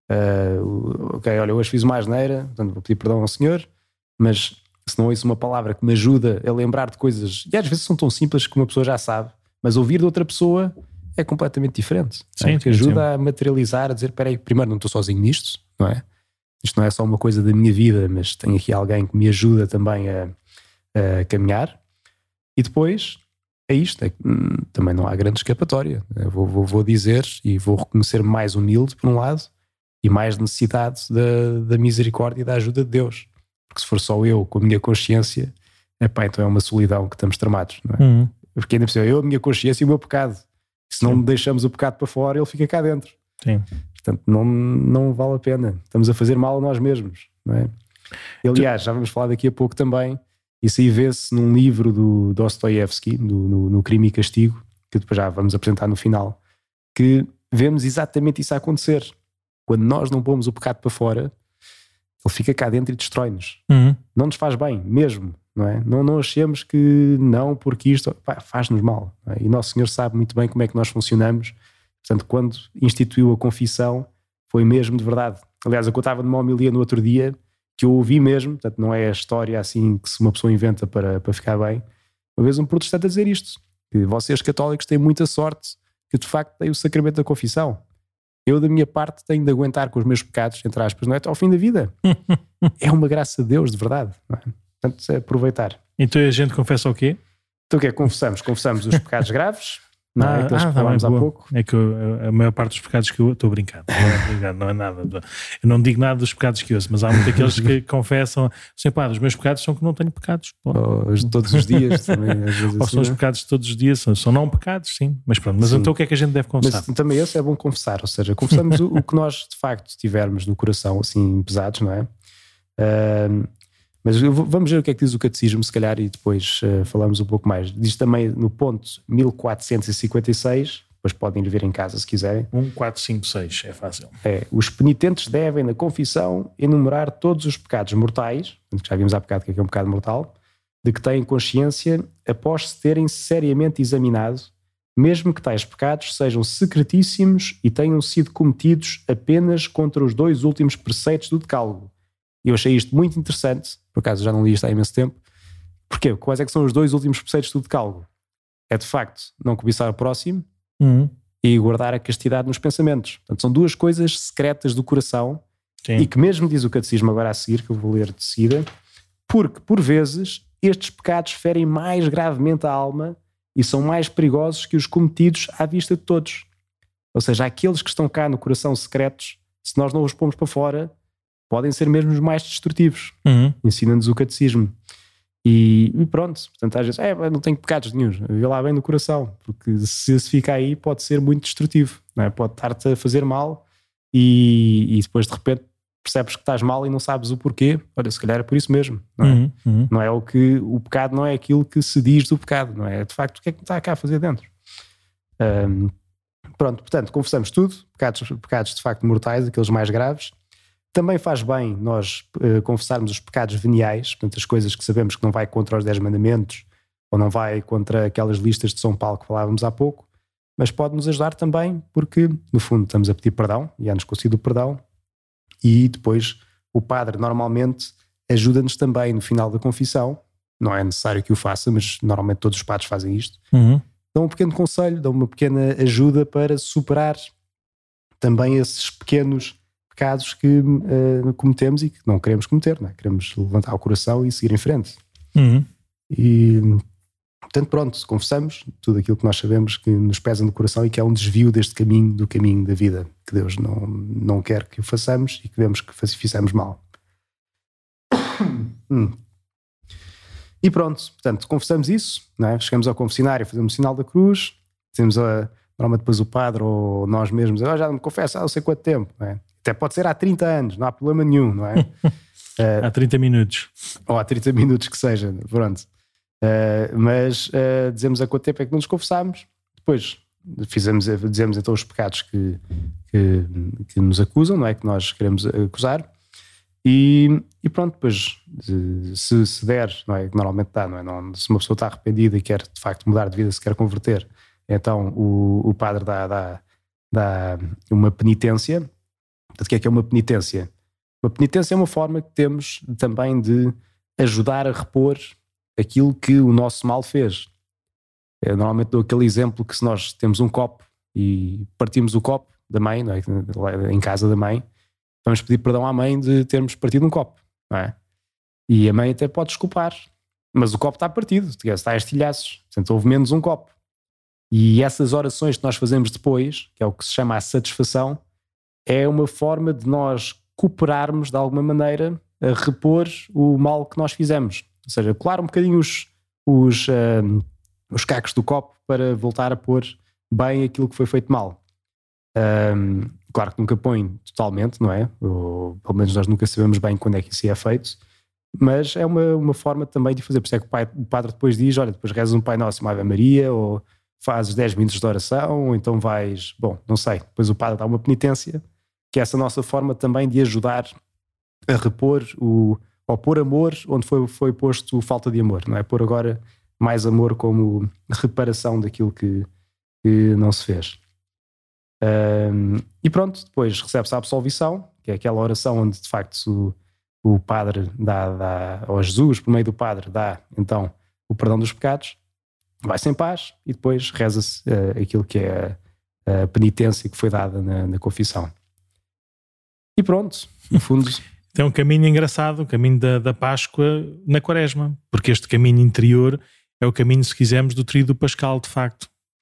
uh, ok, olha, hoje fiz uma asneira, portanto vou pedir perdão ao Senhor, mas se não ouço uma palavra que me ajuda a lembrar de coisas, e às vezes são tão simples que uma pessoa já sabe, mas ouvir de outra pessoa é completamente diferente. Sim, porque ajuda sim. a materializar, a dizer, espera aí, primeiro não estou sozinho nisto, não é? Isto não é só uma coisa da minha vida, mas tenho aqui alguém que me ajuda também a, a caminhar. E depois, é isto, é que hum, também não há grande escapatória. Eu vou, vou, vou dizer e vou reconhecer mais humilde, por um lado, e mais necessidade da, da misericórdia e da ajuda de Deus. Porque se for só eu, com a minha consciência, epá, então é uma solidão que estamos tramados, não é? Uhum. Porque ainda precisa eu, a minha consciência e o meu pecado. Se não deixamos o pecado para fora, ele fica cá dentro. Sim. Portanto, não, não vale a pena. Estamos a fazer mal a nós mesmos, não é? E, aliás, já vamos falar daqui a pouco também, isso aí vê-se num livro do Dostoiévski, do, no, no Crime e Castigo, que depois já vamos apresentar no final, que vemos exatamente isso a acontecer. Quando nós não pomos o pecado para fora, ele fica cá dentro e destrói-nos. Uhum. Não nos faz bem, mesmo. Não, é? não, não achemos que não, porque isto pá, faz-nos mal. Não é? E Nosso Senhor sabe muito bem como é que nós funcionamos. Portanto, quando instituiu a confissão, foi mesmo de verdade. Aliás, eu contava numa homilia no outro dia, que eu ouvi mesmo, portanto não é a história assim que uma pessoa inventa para, para ficar bem. Uma vez um protestante a dizer isto, que vocês católicos têm muita sorte que de facto têm o sacramento da confissão. Eu da minha parte tenho de aguentar com os meus pecados, entre aspas, não é? Até ao fim da vida. É uma graça de Deus, de verdade. Não é? Portanto, é aproveitar. Então a gente confessa o quê? Então o que é que confessamos? Confessamos os pecados graves, não ah, é? Aqueles ah, que falámos tá há bem, pouco. É que eu, a maior parte dos pecados que eu estou brincando, não, não é nada. Eu não digo nada dos pecados que ouço, mas há muitos daqueles que confessam assim, pá, os meus pecados são que não tenho pecados. Ou os de todos os dias também. Às vezes Ou assim, são os não é? pecados de todos os dias, são, são não pecados, sim. Mas pronto, mas Sim. então o que é que a gente deve confessar? Mas também esse é bom confessar, ou seja, confessamos o, o que nós de facto tivermos no coração, assim, pesados, não é? Uh, mas eu vou- vamos ver o que é que diz o catecismo, se calhar, e depois uh, falamos um pouco mais. Diz também no ponto mil quatrocentos e cinquenta e seis, depois podem ir ver em casa se quiserem. um, quatro, cinco, seis, é fácil. É, os penitentes devem, na confissão, enumerar todos os pecados mortais, portanto, já vimos há bocado o que é, que é um pecado mortal, de que têm consciência após se terem seriamente examinado, mesmo que tais pecados sejam secretíssimos e tenham sido cometidos apenas contra os dois últimos preceitos do Decálogo. E eu achei isto muito interessante, por acaso já não li isto há imenso tempo. Porquê? Quais é que são os dois últimos preceitos do Decálogo? É de facto não cobiçar o próximo Uhum. e guardar a castidade nos pensamentos. Portanto, são duas coisas secretas do coração Sim. e que mesmo diz o catecismo agora a seguir, que eu vou ler de seguida, porque por vezes estes pecados ferem mais gravemente a alma e são mais perigosos que os cometidos à vista de todos. Ou seja, aqueles que estão cá no coração secretos, se nós não os pomos para fora, podem ser mesmo os mais destrutivos. Uhum. Ensina-nos o catecismo. E, e pronto, portanto às vezes, é, não tenho pecados nenhum, vê lá bem no coração, porque se se fica aí pode ser muito destrutivo, não é? Pode estar-te a fazer mal e, e depois de repente percebes que estás mal e não sabes o porquê. Olha, se calhar é por isso mesmo, não é? Uhum. Uhum. Não é o que, o pecado não é aquilo que se diz do pecado, não é? De facto, o que é que está cá a fazer dentro? Ahm, pronto, portanto, confessamos tudo, pecados, pecados de facto mortais, aqueles mais graves. Também faz bem nós uh, confessarmos os pecados veniais, portanto, as coisas que sabemos que não vai contra os dez mandamentos ou não vai contra aquelas listas de São Paulo que falávamos há pouco, mas pode-nos ajudar também porque, no fundo, estamos a pedir perdão e é-nos concedido o perdão e depois o padre normalmente ajuda-nos também no final da confissão, não é necessário que o faça, mas normalmente todos os padres fazem isto, Uhum. dão um pequeno conselho, dão uma pequena ajuda para superar também esses pequenos pecados que uh, cometemos e que não queremos cometer, não é? Queremos levantar o coração e seguir em frente. Uhum. E, portanto, pronto, confessamos tudo aquilo que nós sabemos que nos pesa no coração e que é um desvio deste caminho, do caminho da vida, que Deus não, não quer que o façamos e que vemos que fizemos mal. hum. E pronto, portanto, confessamos isso, não é? Chegamos ao confessionário, fazemos o sinal da cruz, temos a, normalmente depois o padre ou nós mesmos, oh, já não me confesso há não sei quanto tempo, não é? Até pode ser há trinta anos, não há problema nenhum, não é? uh, Há trinta minutos. ou há trinta minutos que seja, pronto. Uh, mas uh, dizemos a quanto tempo é que não nos confessámos, depois fizemos, dizemos então os pecados que, que, que nos acusam, não é? Que nós queremos acusar. E, e pronto, depois se, se der, não é? Que normalmente dá, não é? Não, se uma pessoa está arrependida e quer de facto mudar de vida, se quer converter, então o, o padre dá, dá, dá uma penitência. Portanto, o que é que é uma penitência? Uma penitência é uma forma que temos também de ajudar a repor aquilo que o nosso mal fez. Eu normalmente dou aquele exemplo que se nós temos um copo e partimos o copo da mãe, não é? Em casa da mãe, vamos pedir perdão à mãe de termos partido um copo, não é? E a mãe até pode desculpar, mas o copo está partido, está a estilhaços, portanto houve menos um copo. E essas orações que nós fazemos depois, que é o que se chama a satisfação, é uma forma de nós cooperarmos de alguma maneira a repor o mal que nós fizemos. Ou seja, colar um bocadinho os, os, um, os cacos do copo para voltar a pôr bem aquilo que foi feito mal. Um, claro que nunca põe totalmente, não é? Ou, pelo menos nós nunca sabemos bem quando é que isso é feito, mas é uma, uma forma também de fazer. Por isso é que o, pai, o padre depois diz, olha, depois rezas um Pai Nosso e uma Ave Maria, ou fazes dez minutos de oração, ou então vais, bom, não sei, depois o padre dá uma penitência, que é essa nossa forma também de ajudar a repor o, ou pôr amor onde foi, foi posto falta de amor, não é? Pôr agora mais amor como reparação daquilo que, que não se fez. Um, e pronto, depois recebe-se a absolvição, que é aquela oração onde de facto o, o padre dá, dá, ou Jesus, por meio do padre, dá então o perdão dos pecados, vai-se em paz e depois reza-se uh, aquilo que é a, a penitência que foi dada na, na confissão. E pronto, no fundo... É um caminho engraçado, o caminho da, da Páscoa na Quaresma, porque este caminho interior é o caminho, se quisermos, do tríduo pascal, de facto,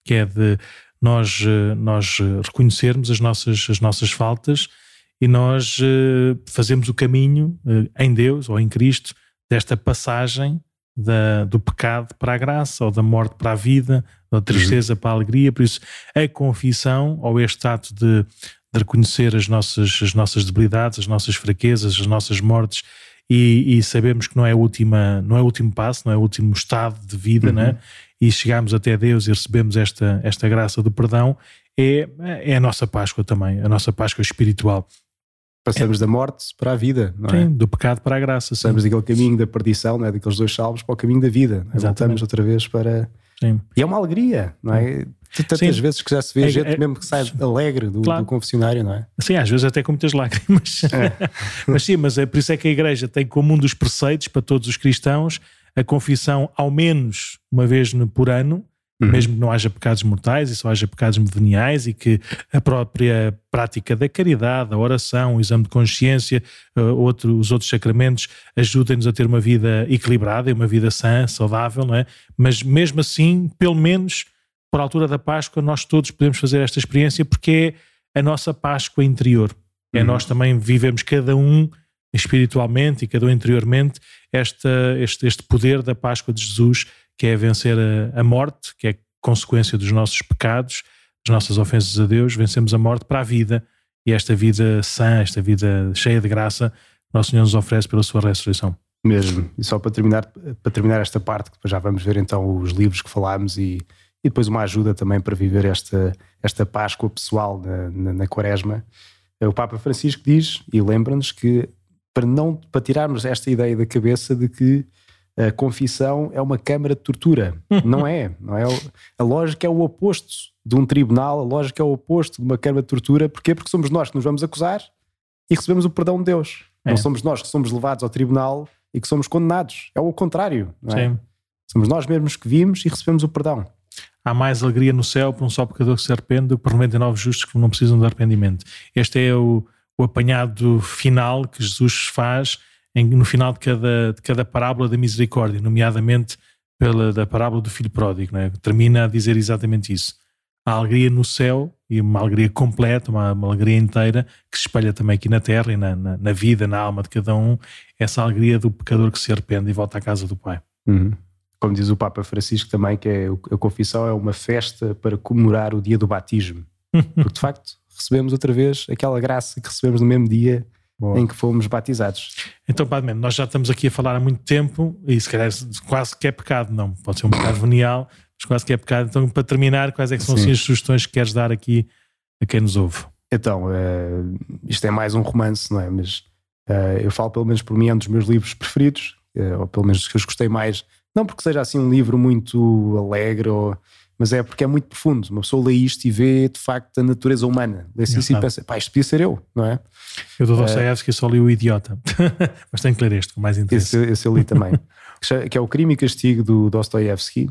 que é de nós, nós reconhecermos as nossas, as nossas faltas e nós fazemos o caminho em Deus ou em Cristo desta passagem da, do pecado para a graça, ou da morte para a vida, da tristeza uhum. para a alegria. Por isso a confissão, ou este ato de, de reconhecer as nossas, as nossas debilidades, as nossas fraquezas, as nossas mortes, e, e sabemos que não é, a última, não é o último passo, não é o último estado de vida, uhum. né? E chegamos até Deus e recebemos esta, esta graça do perdão, é, é a nossa Páscoa também, a nossa Páscoa espiritual. Passamos é. da morte para a vida, não é? Sim, do pecado para a graça. Passamos daquele caminho da perdição, não é? Daqueles dois salvos para o caminho da vida. Voltamos outra vez para... Sim. E é uma alegria, não é? Tantas sim. vezes que já se vê é, gente é, mesmo que sai alegre do, claro. do confessionário, não é? Sim, às vezes até com muitas lágrimas. É. Mas sim, mas é por isso é que a Igreja tem como um dos preceitos para todos os cristãos a confissão ao menos uma vez por ano, uhum. mesmo que não haja pecados mortais e só haja pecados veniais, e que a própria prática da caridade, a oração, o exame de consciência, uh, outro, os outros sacramentos ajudem-nos a ter uma vida equilibrada e uma vida sã, saudável, não é? Mas mesmo assim, pelo menos por altura da Páscoa, nós todos podemos fazer esta experiência, porque é a nossa Páscoa interior. É uhum. nós também vivemos cada um espiritualmente e cada um interiormente esta, este, este poder da Páscoa de Jesus, que é vencer a, a morte, que é consequência dos nossos pecados, das nossas ofensas a Deus. Vencemos a morte para a vida, e esta vida sã, esta vida cheia de graça, Nosso Senhor nos oferece pela sua ressurreição. Mesmo. E só para terminar, para terminar esta parte, que depois já vamos ver então os livros que falámos, e, e depois uma ajuda também para viver esta, esta Páscoa pessoal na, na, na Quaresma. O Papa Francisco diz e lembra-nos que para, não, para tirarmos esta ideia da cabeça de que a confissão é uma câmara de tortura. Não é. Não é. A lógica é o oposto de um tribunal, a lógica é o oposto de uma câmara de tortura. Porquê? Porque somos nós que nos vamos acusar e recebemos o perdão de Deus. É. Não somos nós que somos levados ao tribunal e que somos condenados. É o contrário. Não é? Sim. Somos nós mesmos que vimos e recebemos o perdão. Há mais alegria no céu por um só pecador que se arrepende do que por noventa e nove justos que não precisam de arrependimento. Este é o, o apanhado final que Jesus faz em, no final de cada, de cada parábola da misericórdia, nomeadamente pela da parábola do filho pródigo, não é? Termina a dizer exatamente isso. Há alegria no céu, e uma alegria completa, uma, uma alegria inteira, que se espalha também aqui na terra e na, na, na vida, na alma de cada um, essa alegria do pecador que se arrepende e volta à casa do Pai. Uhum. Como diz o Papa Francisco também, que é, a confissão é uma festa para comemorar o dia do batismo. Porque de facto recebemos outra vez aquela graça que recebemos no mesmo dia Boa. Em que fomos batizados. Então, Padre Mendo, nós já estamos aqui a falar há muito tempo, e se calhar quase que é pecado, não, pode ser um pecado venial, mas quase que é pecado. Então, para terminar, quais é que são assim, as sugestões que queres dar aqui a quem nos ouve? Então, uh, isto é mais um romance, não é? Mas uh, eu falo pelo menos por mim, é um dos meus livros preferidos, uh, ou pelo menos dos que eu gostei mais. Não porque seja assim um livro muito alegre, ou, mas é porque é muito profundo. Uma pessoa lê isto e vê de facto a natureza humana. Lê-se isso e pensa, pá, isto podia ser eu, não é? Eu do Dostoiévski uh, só li O Idiota, mas tenho que ler este com mais interesse. Esse, esse eu li também. Que é o Crime e Castigo do Dostoiévski,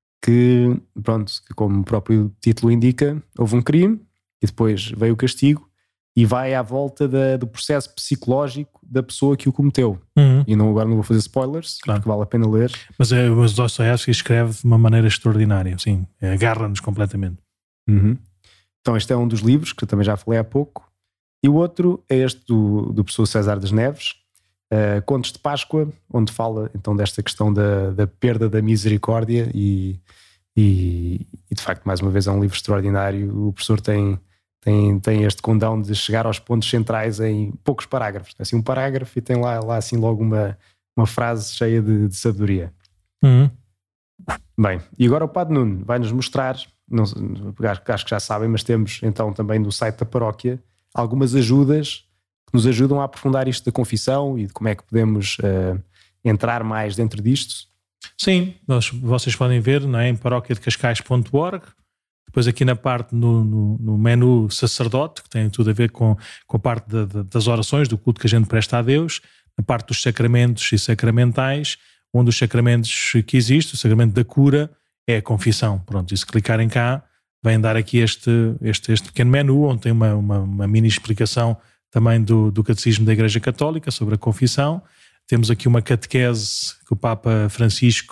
que, pronto, que como o próprio título indica, houve um crime e depois veio o castigo, e vai à volta da, do processo psicológico da pessoa que o cometeu. Uhum. E não, agora não vou fazer spoilers, claro, porque vale a pena ler. Mas é, o Dostoiévski escreve de uma maneira extraordinária, sim, agarra-nos completamente. Uhum. Então este é um dos livros, que eu também já falei há pouco. E o outro é este do, do professor César das Neves, uh, Contos de Páscoa, onde fala então desta questão da, da perda da misericórdia, e, e, e de facto, mais uma vez, é um livro extraordinário. O professor tem... Tem, tem este condão de chegar aos pontos centrais em poucos parágrafos. Assim, um parágrafo e tem lá, lá assim logo uma, uma frase cheia de, de sabedoria. Uhum. Bem, e agora o Padre Nuno vai-nos mostrar, não, acho que já sabem, mas temos então também no site da paróquia algumas ajudas que nos ajudam a aprofundar isto da confissão e de como é que podemos uh, entrar mais dentro disto. Sim, nós, vocês podem ver, não é, em paróquia de cascais ponto org. Depois aqui na parte, no, no, no menu sacerdote, que tem tudo a ver com, com a parte de, de, das orações, do culto que a gente presta a Deus, na parte dos sacramentos e sacramentais, onde os sacramentos que existem, o sacramento da cura é a confissão. Pronto, e se clicarem cá, vem dar aqui este, este, este pequeno menu, onde tem uma, uma, uma mini explicação também do, do Catecismo da Igreja Católica sobre a confissão. Temos aqui uma catequese que o Papa Francisco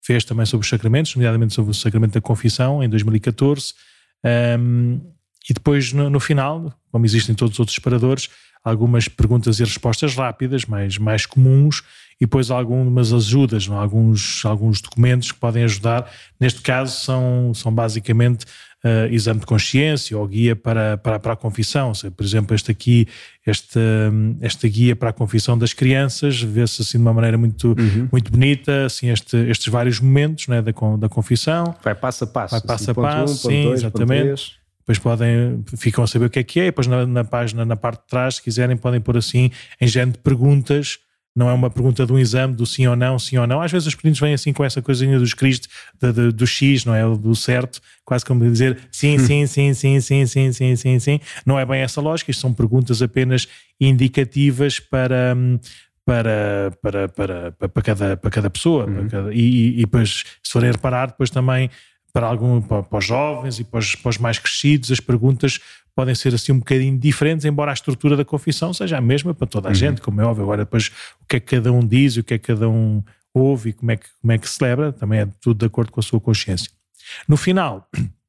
fez também sobre os sacramentos, nomeadamente sobre o sacramento da confissão, em dois mil e catorze. Um, e depois, no, no final, como existem todos os outros separadores, algumas perguntas e respostas rápidas, mais, mais comuns, e depois algumas ajudas, não? Alguns, alguns documentos que podem ajudar. Neste caso são, são basicamente uh, exame de consciência ou guia para, para, para a confissão. Ou seja, por exemplo, este aqui, esta, esta guia para a confissão das crianças, vê-se assim de uma maneira muito, uhum. muito bonita, assim, este, estes vários momentos, não é, da, da confissão. Vai passo a passo. Vai passo assim, a passo, ponto um, sim, ponto dois, exatamente. ponto três. Depois podem, ficam a saber o que é que é, e depois na, na página, na parte de trás, se quiserem, podem pôr assim, em género de perguntas. Não é uma pergunta de um exame, do sim ou não, sim ou não. Às vezes os pequeninos vêm assim com essa coisinha dos Cristo, de, de, do X, não é? Do certo, quase como dizer sim, sim, sim, sim, sim, sim, sim, sim, sim. Não é bem essa lógica, isto são perguntas apenas indicativas para... Para, para, para, para, para, cada, para cada pessoa. Uhum. Para cada, e, e depois, se forem reparar, depois também para, algum, para, para os jovens e para os, para os mais crescidos, as perguntas podem ser assim um bocadinho diferentes, embora a estrutura da confissão seja a mesma para toda a uhum. gente, como é óbvio. Agora depois o que é que cada um diz, o que é que cada um ouve e como é que, como é que celebra, também é tudo de acordo com a sua consciência. No final,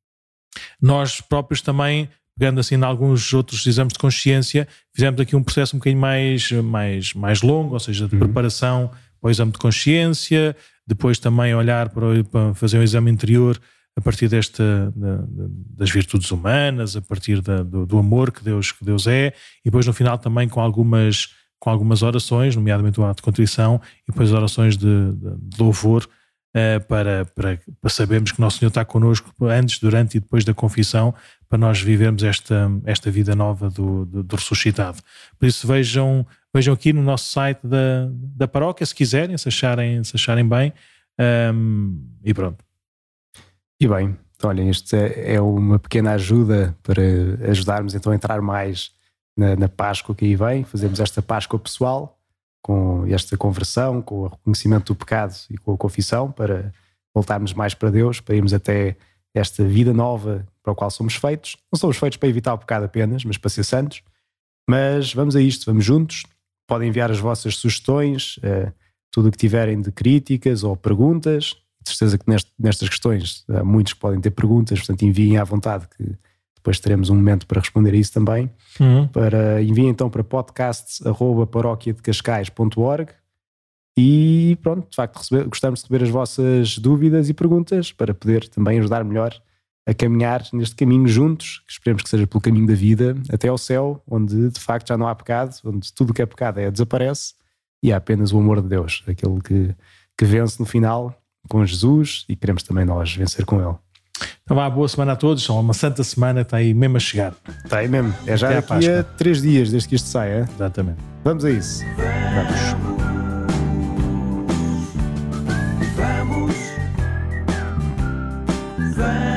nós próprios também, pegando assim em alguns outros exames de consciência, fizemos aqui um processo um bocadinho mais, mais, mais longo, ou seja, de uhum. preparação para o exame de consciência, depois também olhar para, para fazer um exame interior a partir desta, da, das virtudes humanas, a partir da, do, do amor que Deus, que Deus é, e depois no final também com algumas, com algumas orações, nomeadamente o ato de contrição, e depois orações de, de louvor, uh, para, para, para sabermos que Nosso Senhor está connosco antes, durante e depois da confissão, para nós vivermos esta, esta vida nova do, do, do ressuscitado. Por isso vejam, vejam aqui no nosso site da, da paróquia, se quiserem, se acharem, se acharem bem, um, e pronto. E bem, olhem, isto é, é uma pequena ajuda para ajudarmos então a entrar mais na, na Páscoa que aí vem. Fazemos esta Páscoa pessoal, com esta conversão, com o reconhecimento do pecado e com a confissão, para voltarmos mais para Deus, para irmos até esta vida nova para a qual somos feitos. Não somos feitos para evitar o pecado apenas, mas para ser santos. Mas vamos a isto, vamos juntos. Podem enviar as vossas sugestões, uh, tudo o que tiverem de críticas ou perguntas. De certeza que neste, nestas questões há muitos que podem ter perguntas, portanto enviem à vontade, que depois teremos um momento para responder a isso também. Uhum. Para, enviem então para podcasts arroba paróquia de cascais ponto org e pronto, de facto receber, gostamos de receber as vossas dúvidas e perguntas para poder também ajudar melhor a caminhar neste caminho juntos, que esperemos que seja pelo caminho da vida até ao céu, onde de facto já não há pecado, onde tudo o que é pecado é, desaparece e há apenas o amor de Deus, aquele que, que vence no final com Jesus, e queremos também nós vencer com Ele. Então vá, boa semana a todos, são uma santa semana, está aí mesmo a chegar. Está aí mesmo, é já daqui a três dias desde que isto sai, é? Exatamente. Vamos a isso. Vamos. Vamos. Vamos.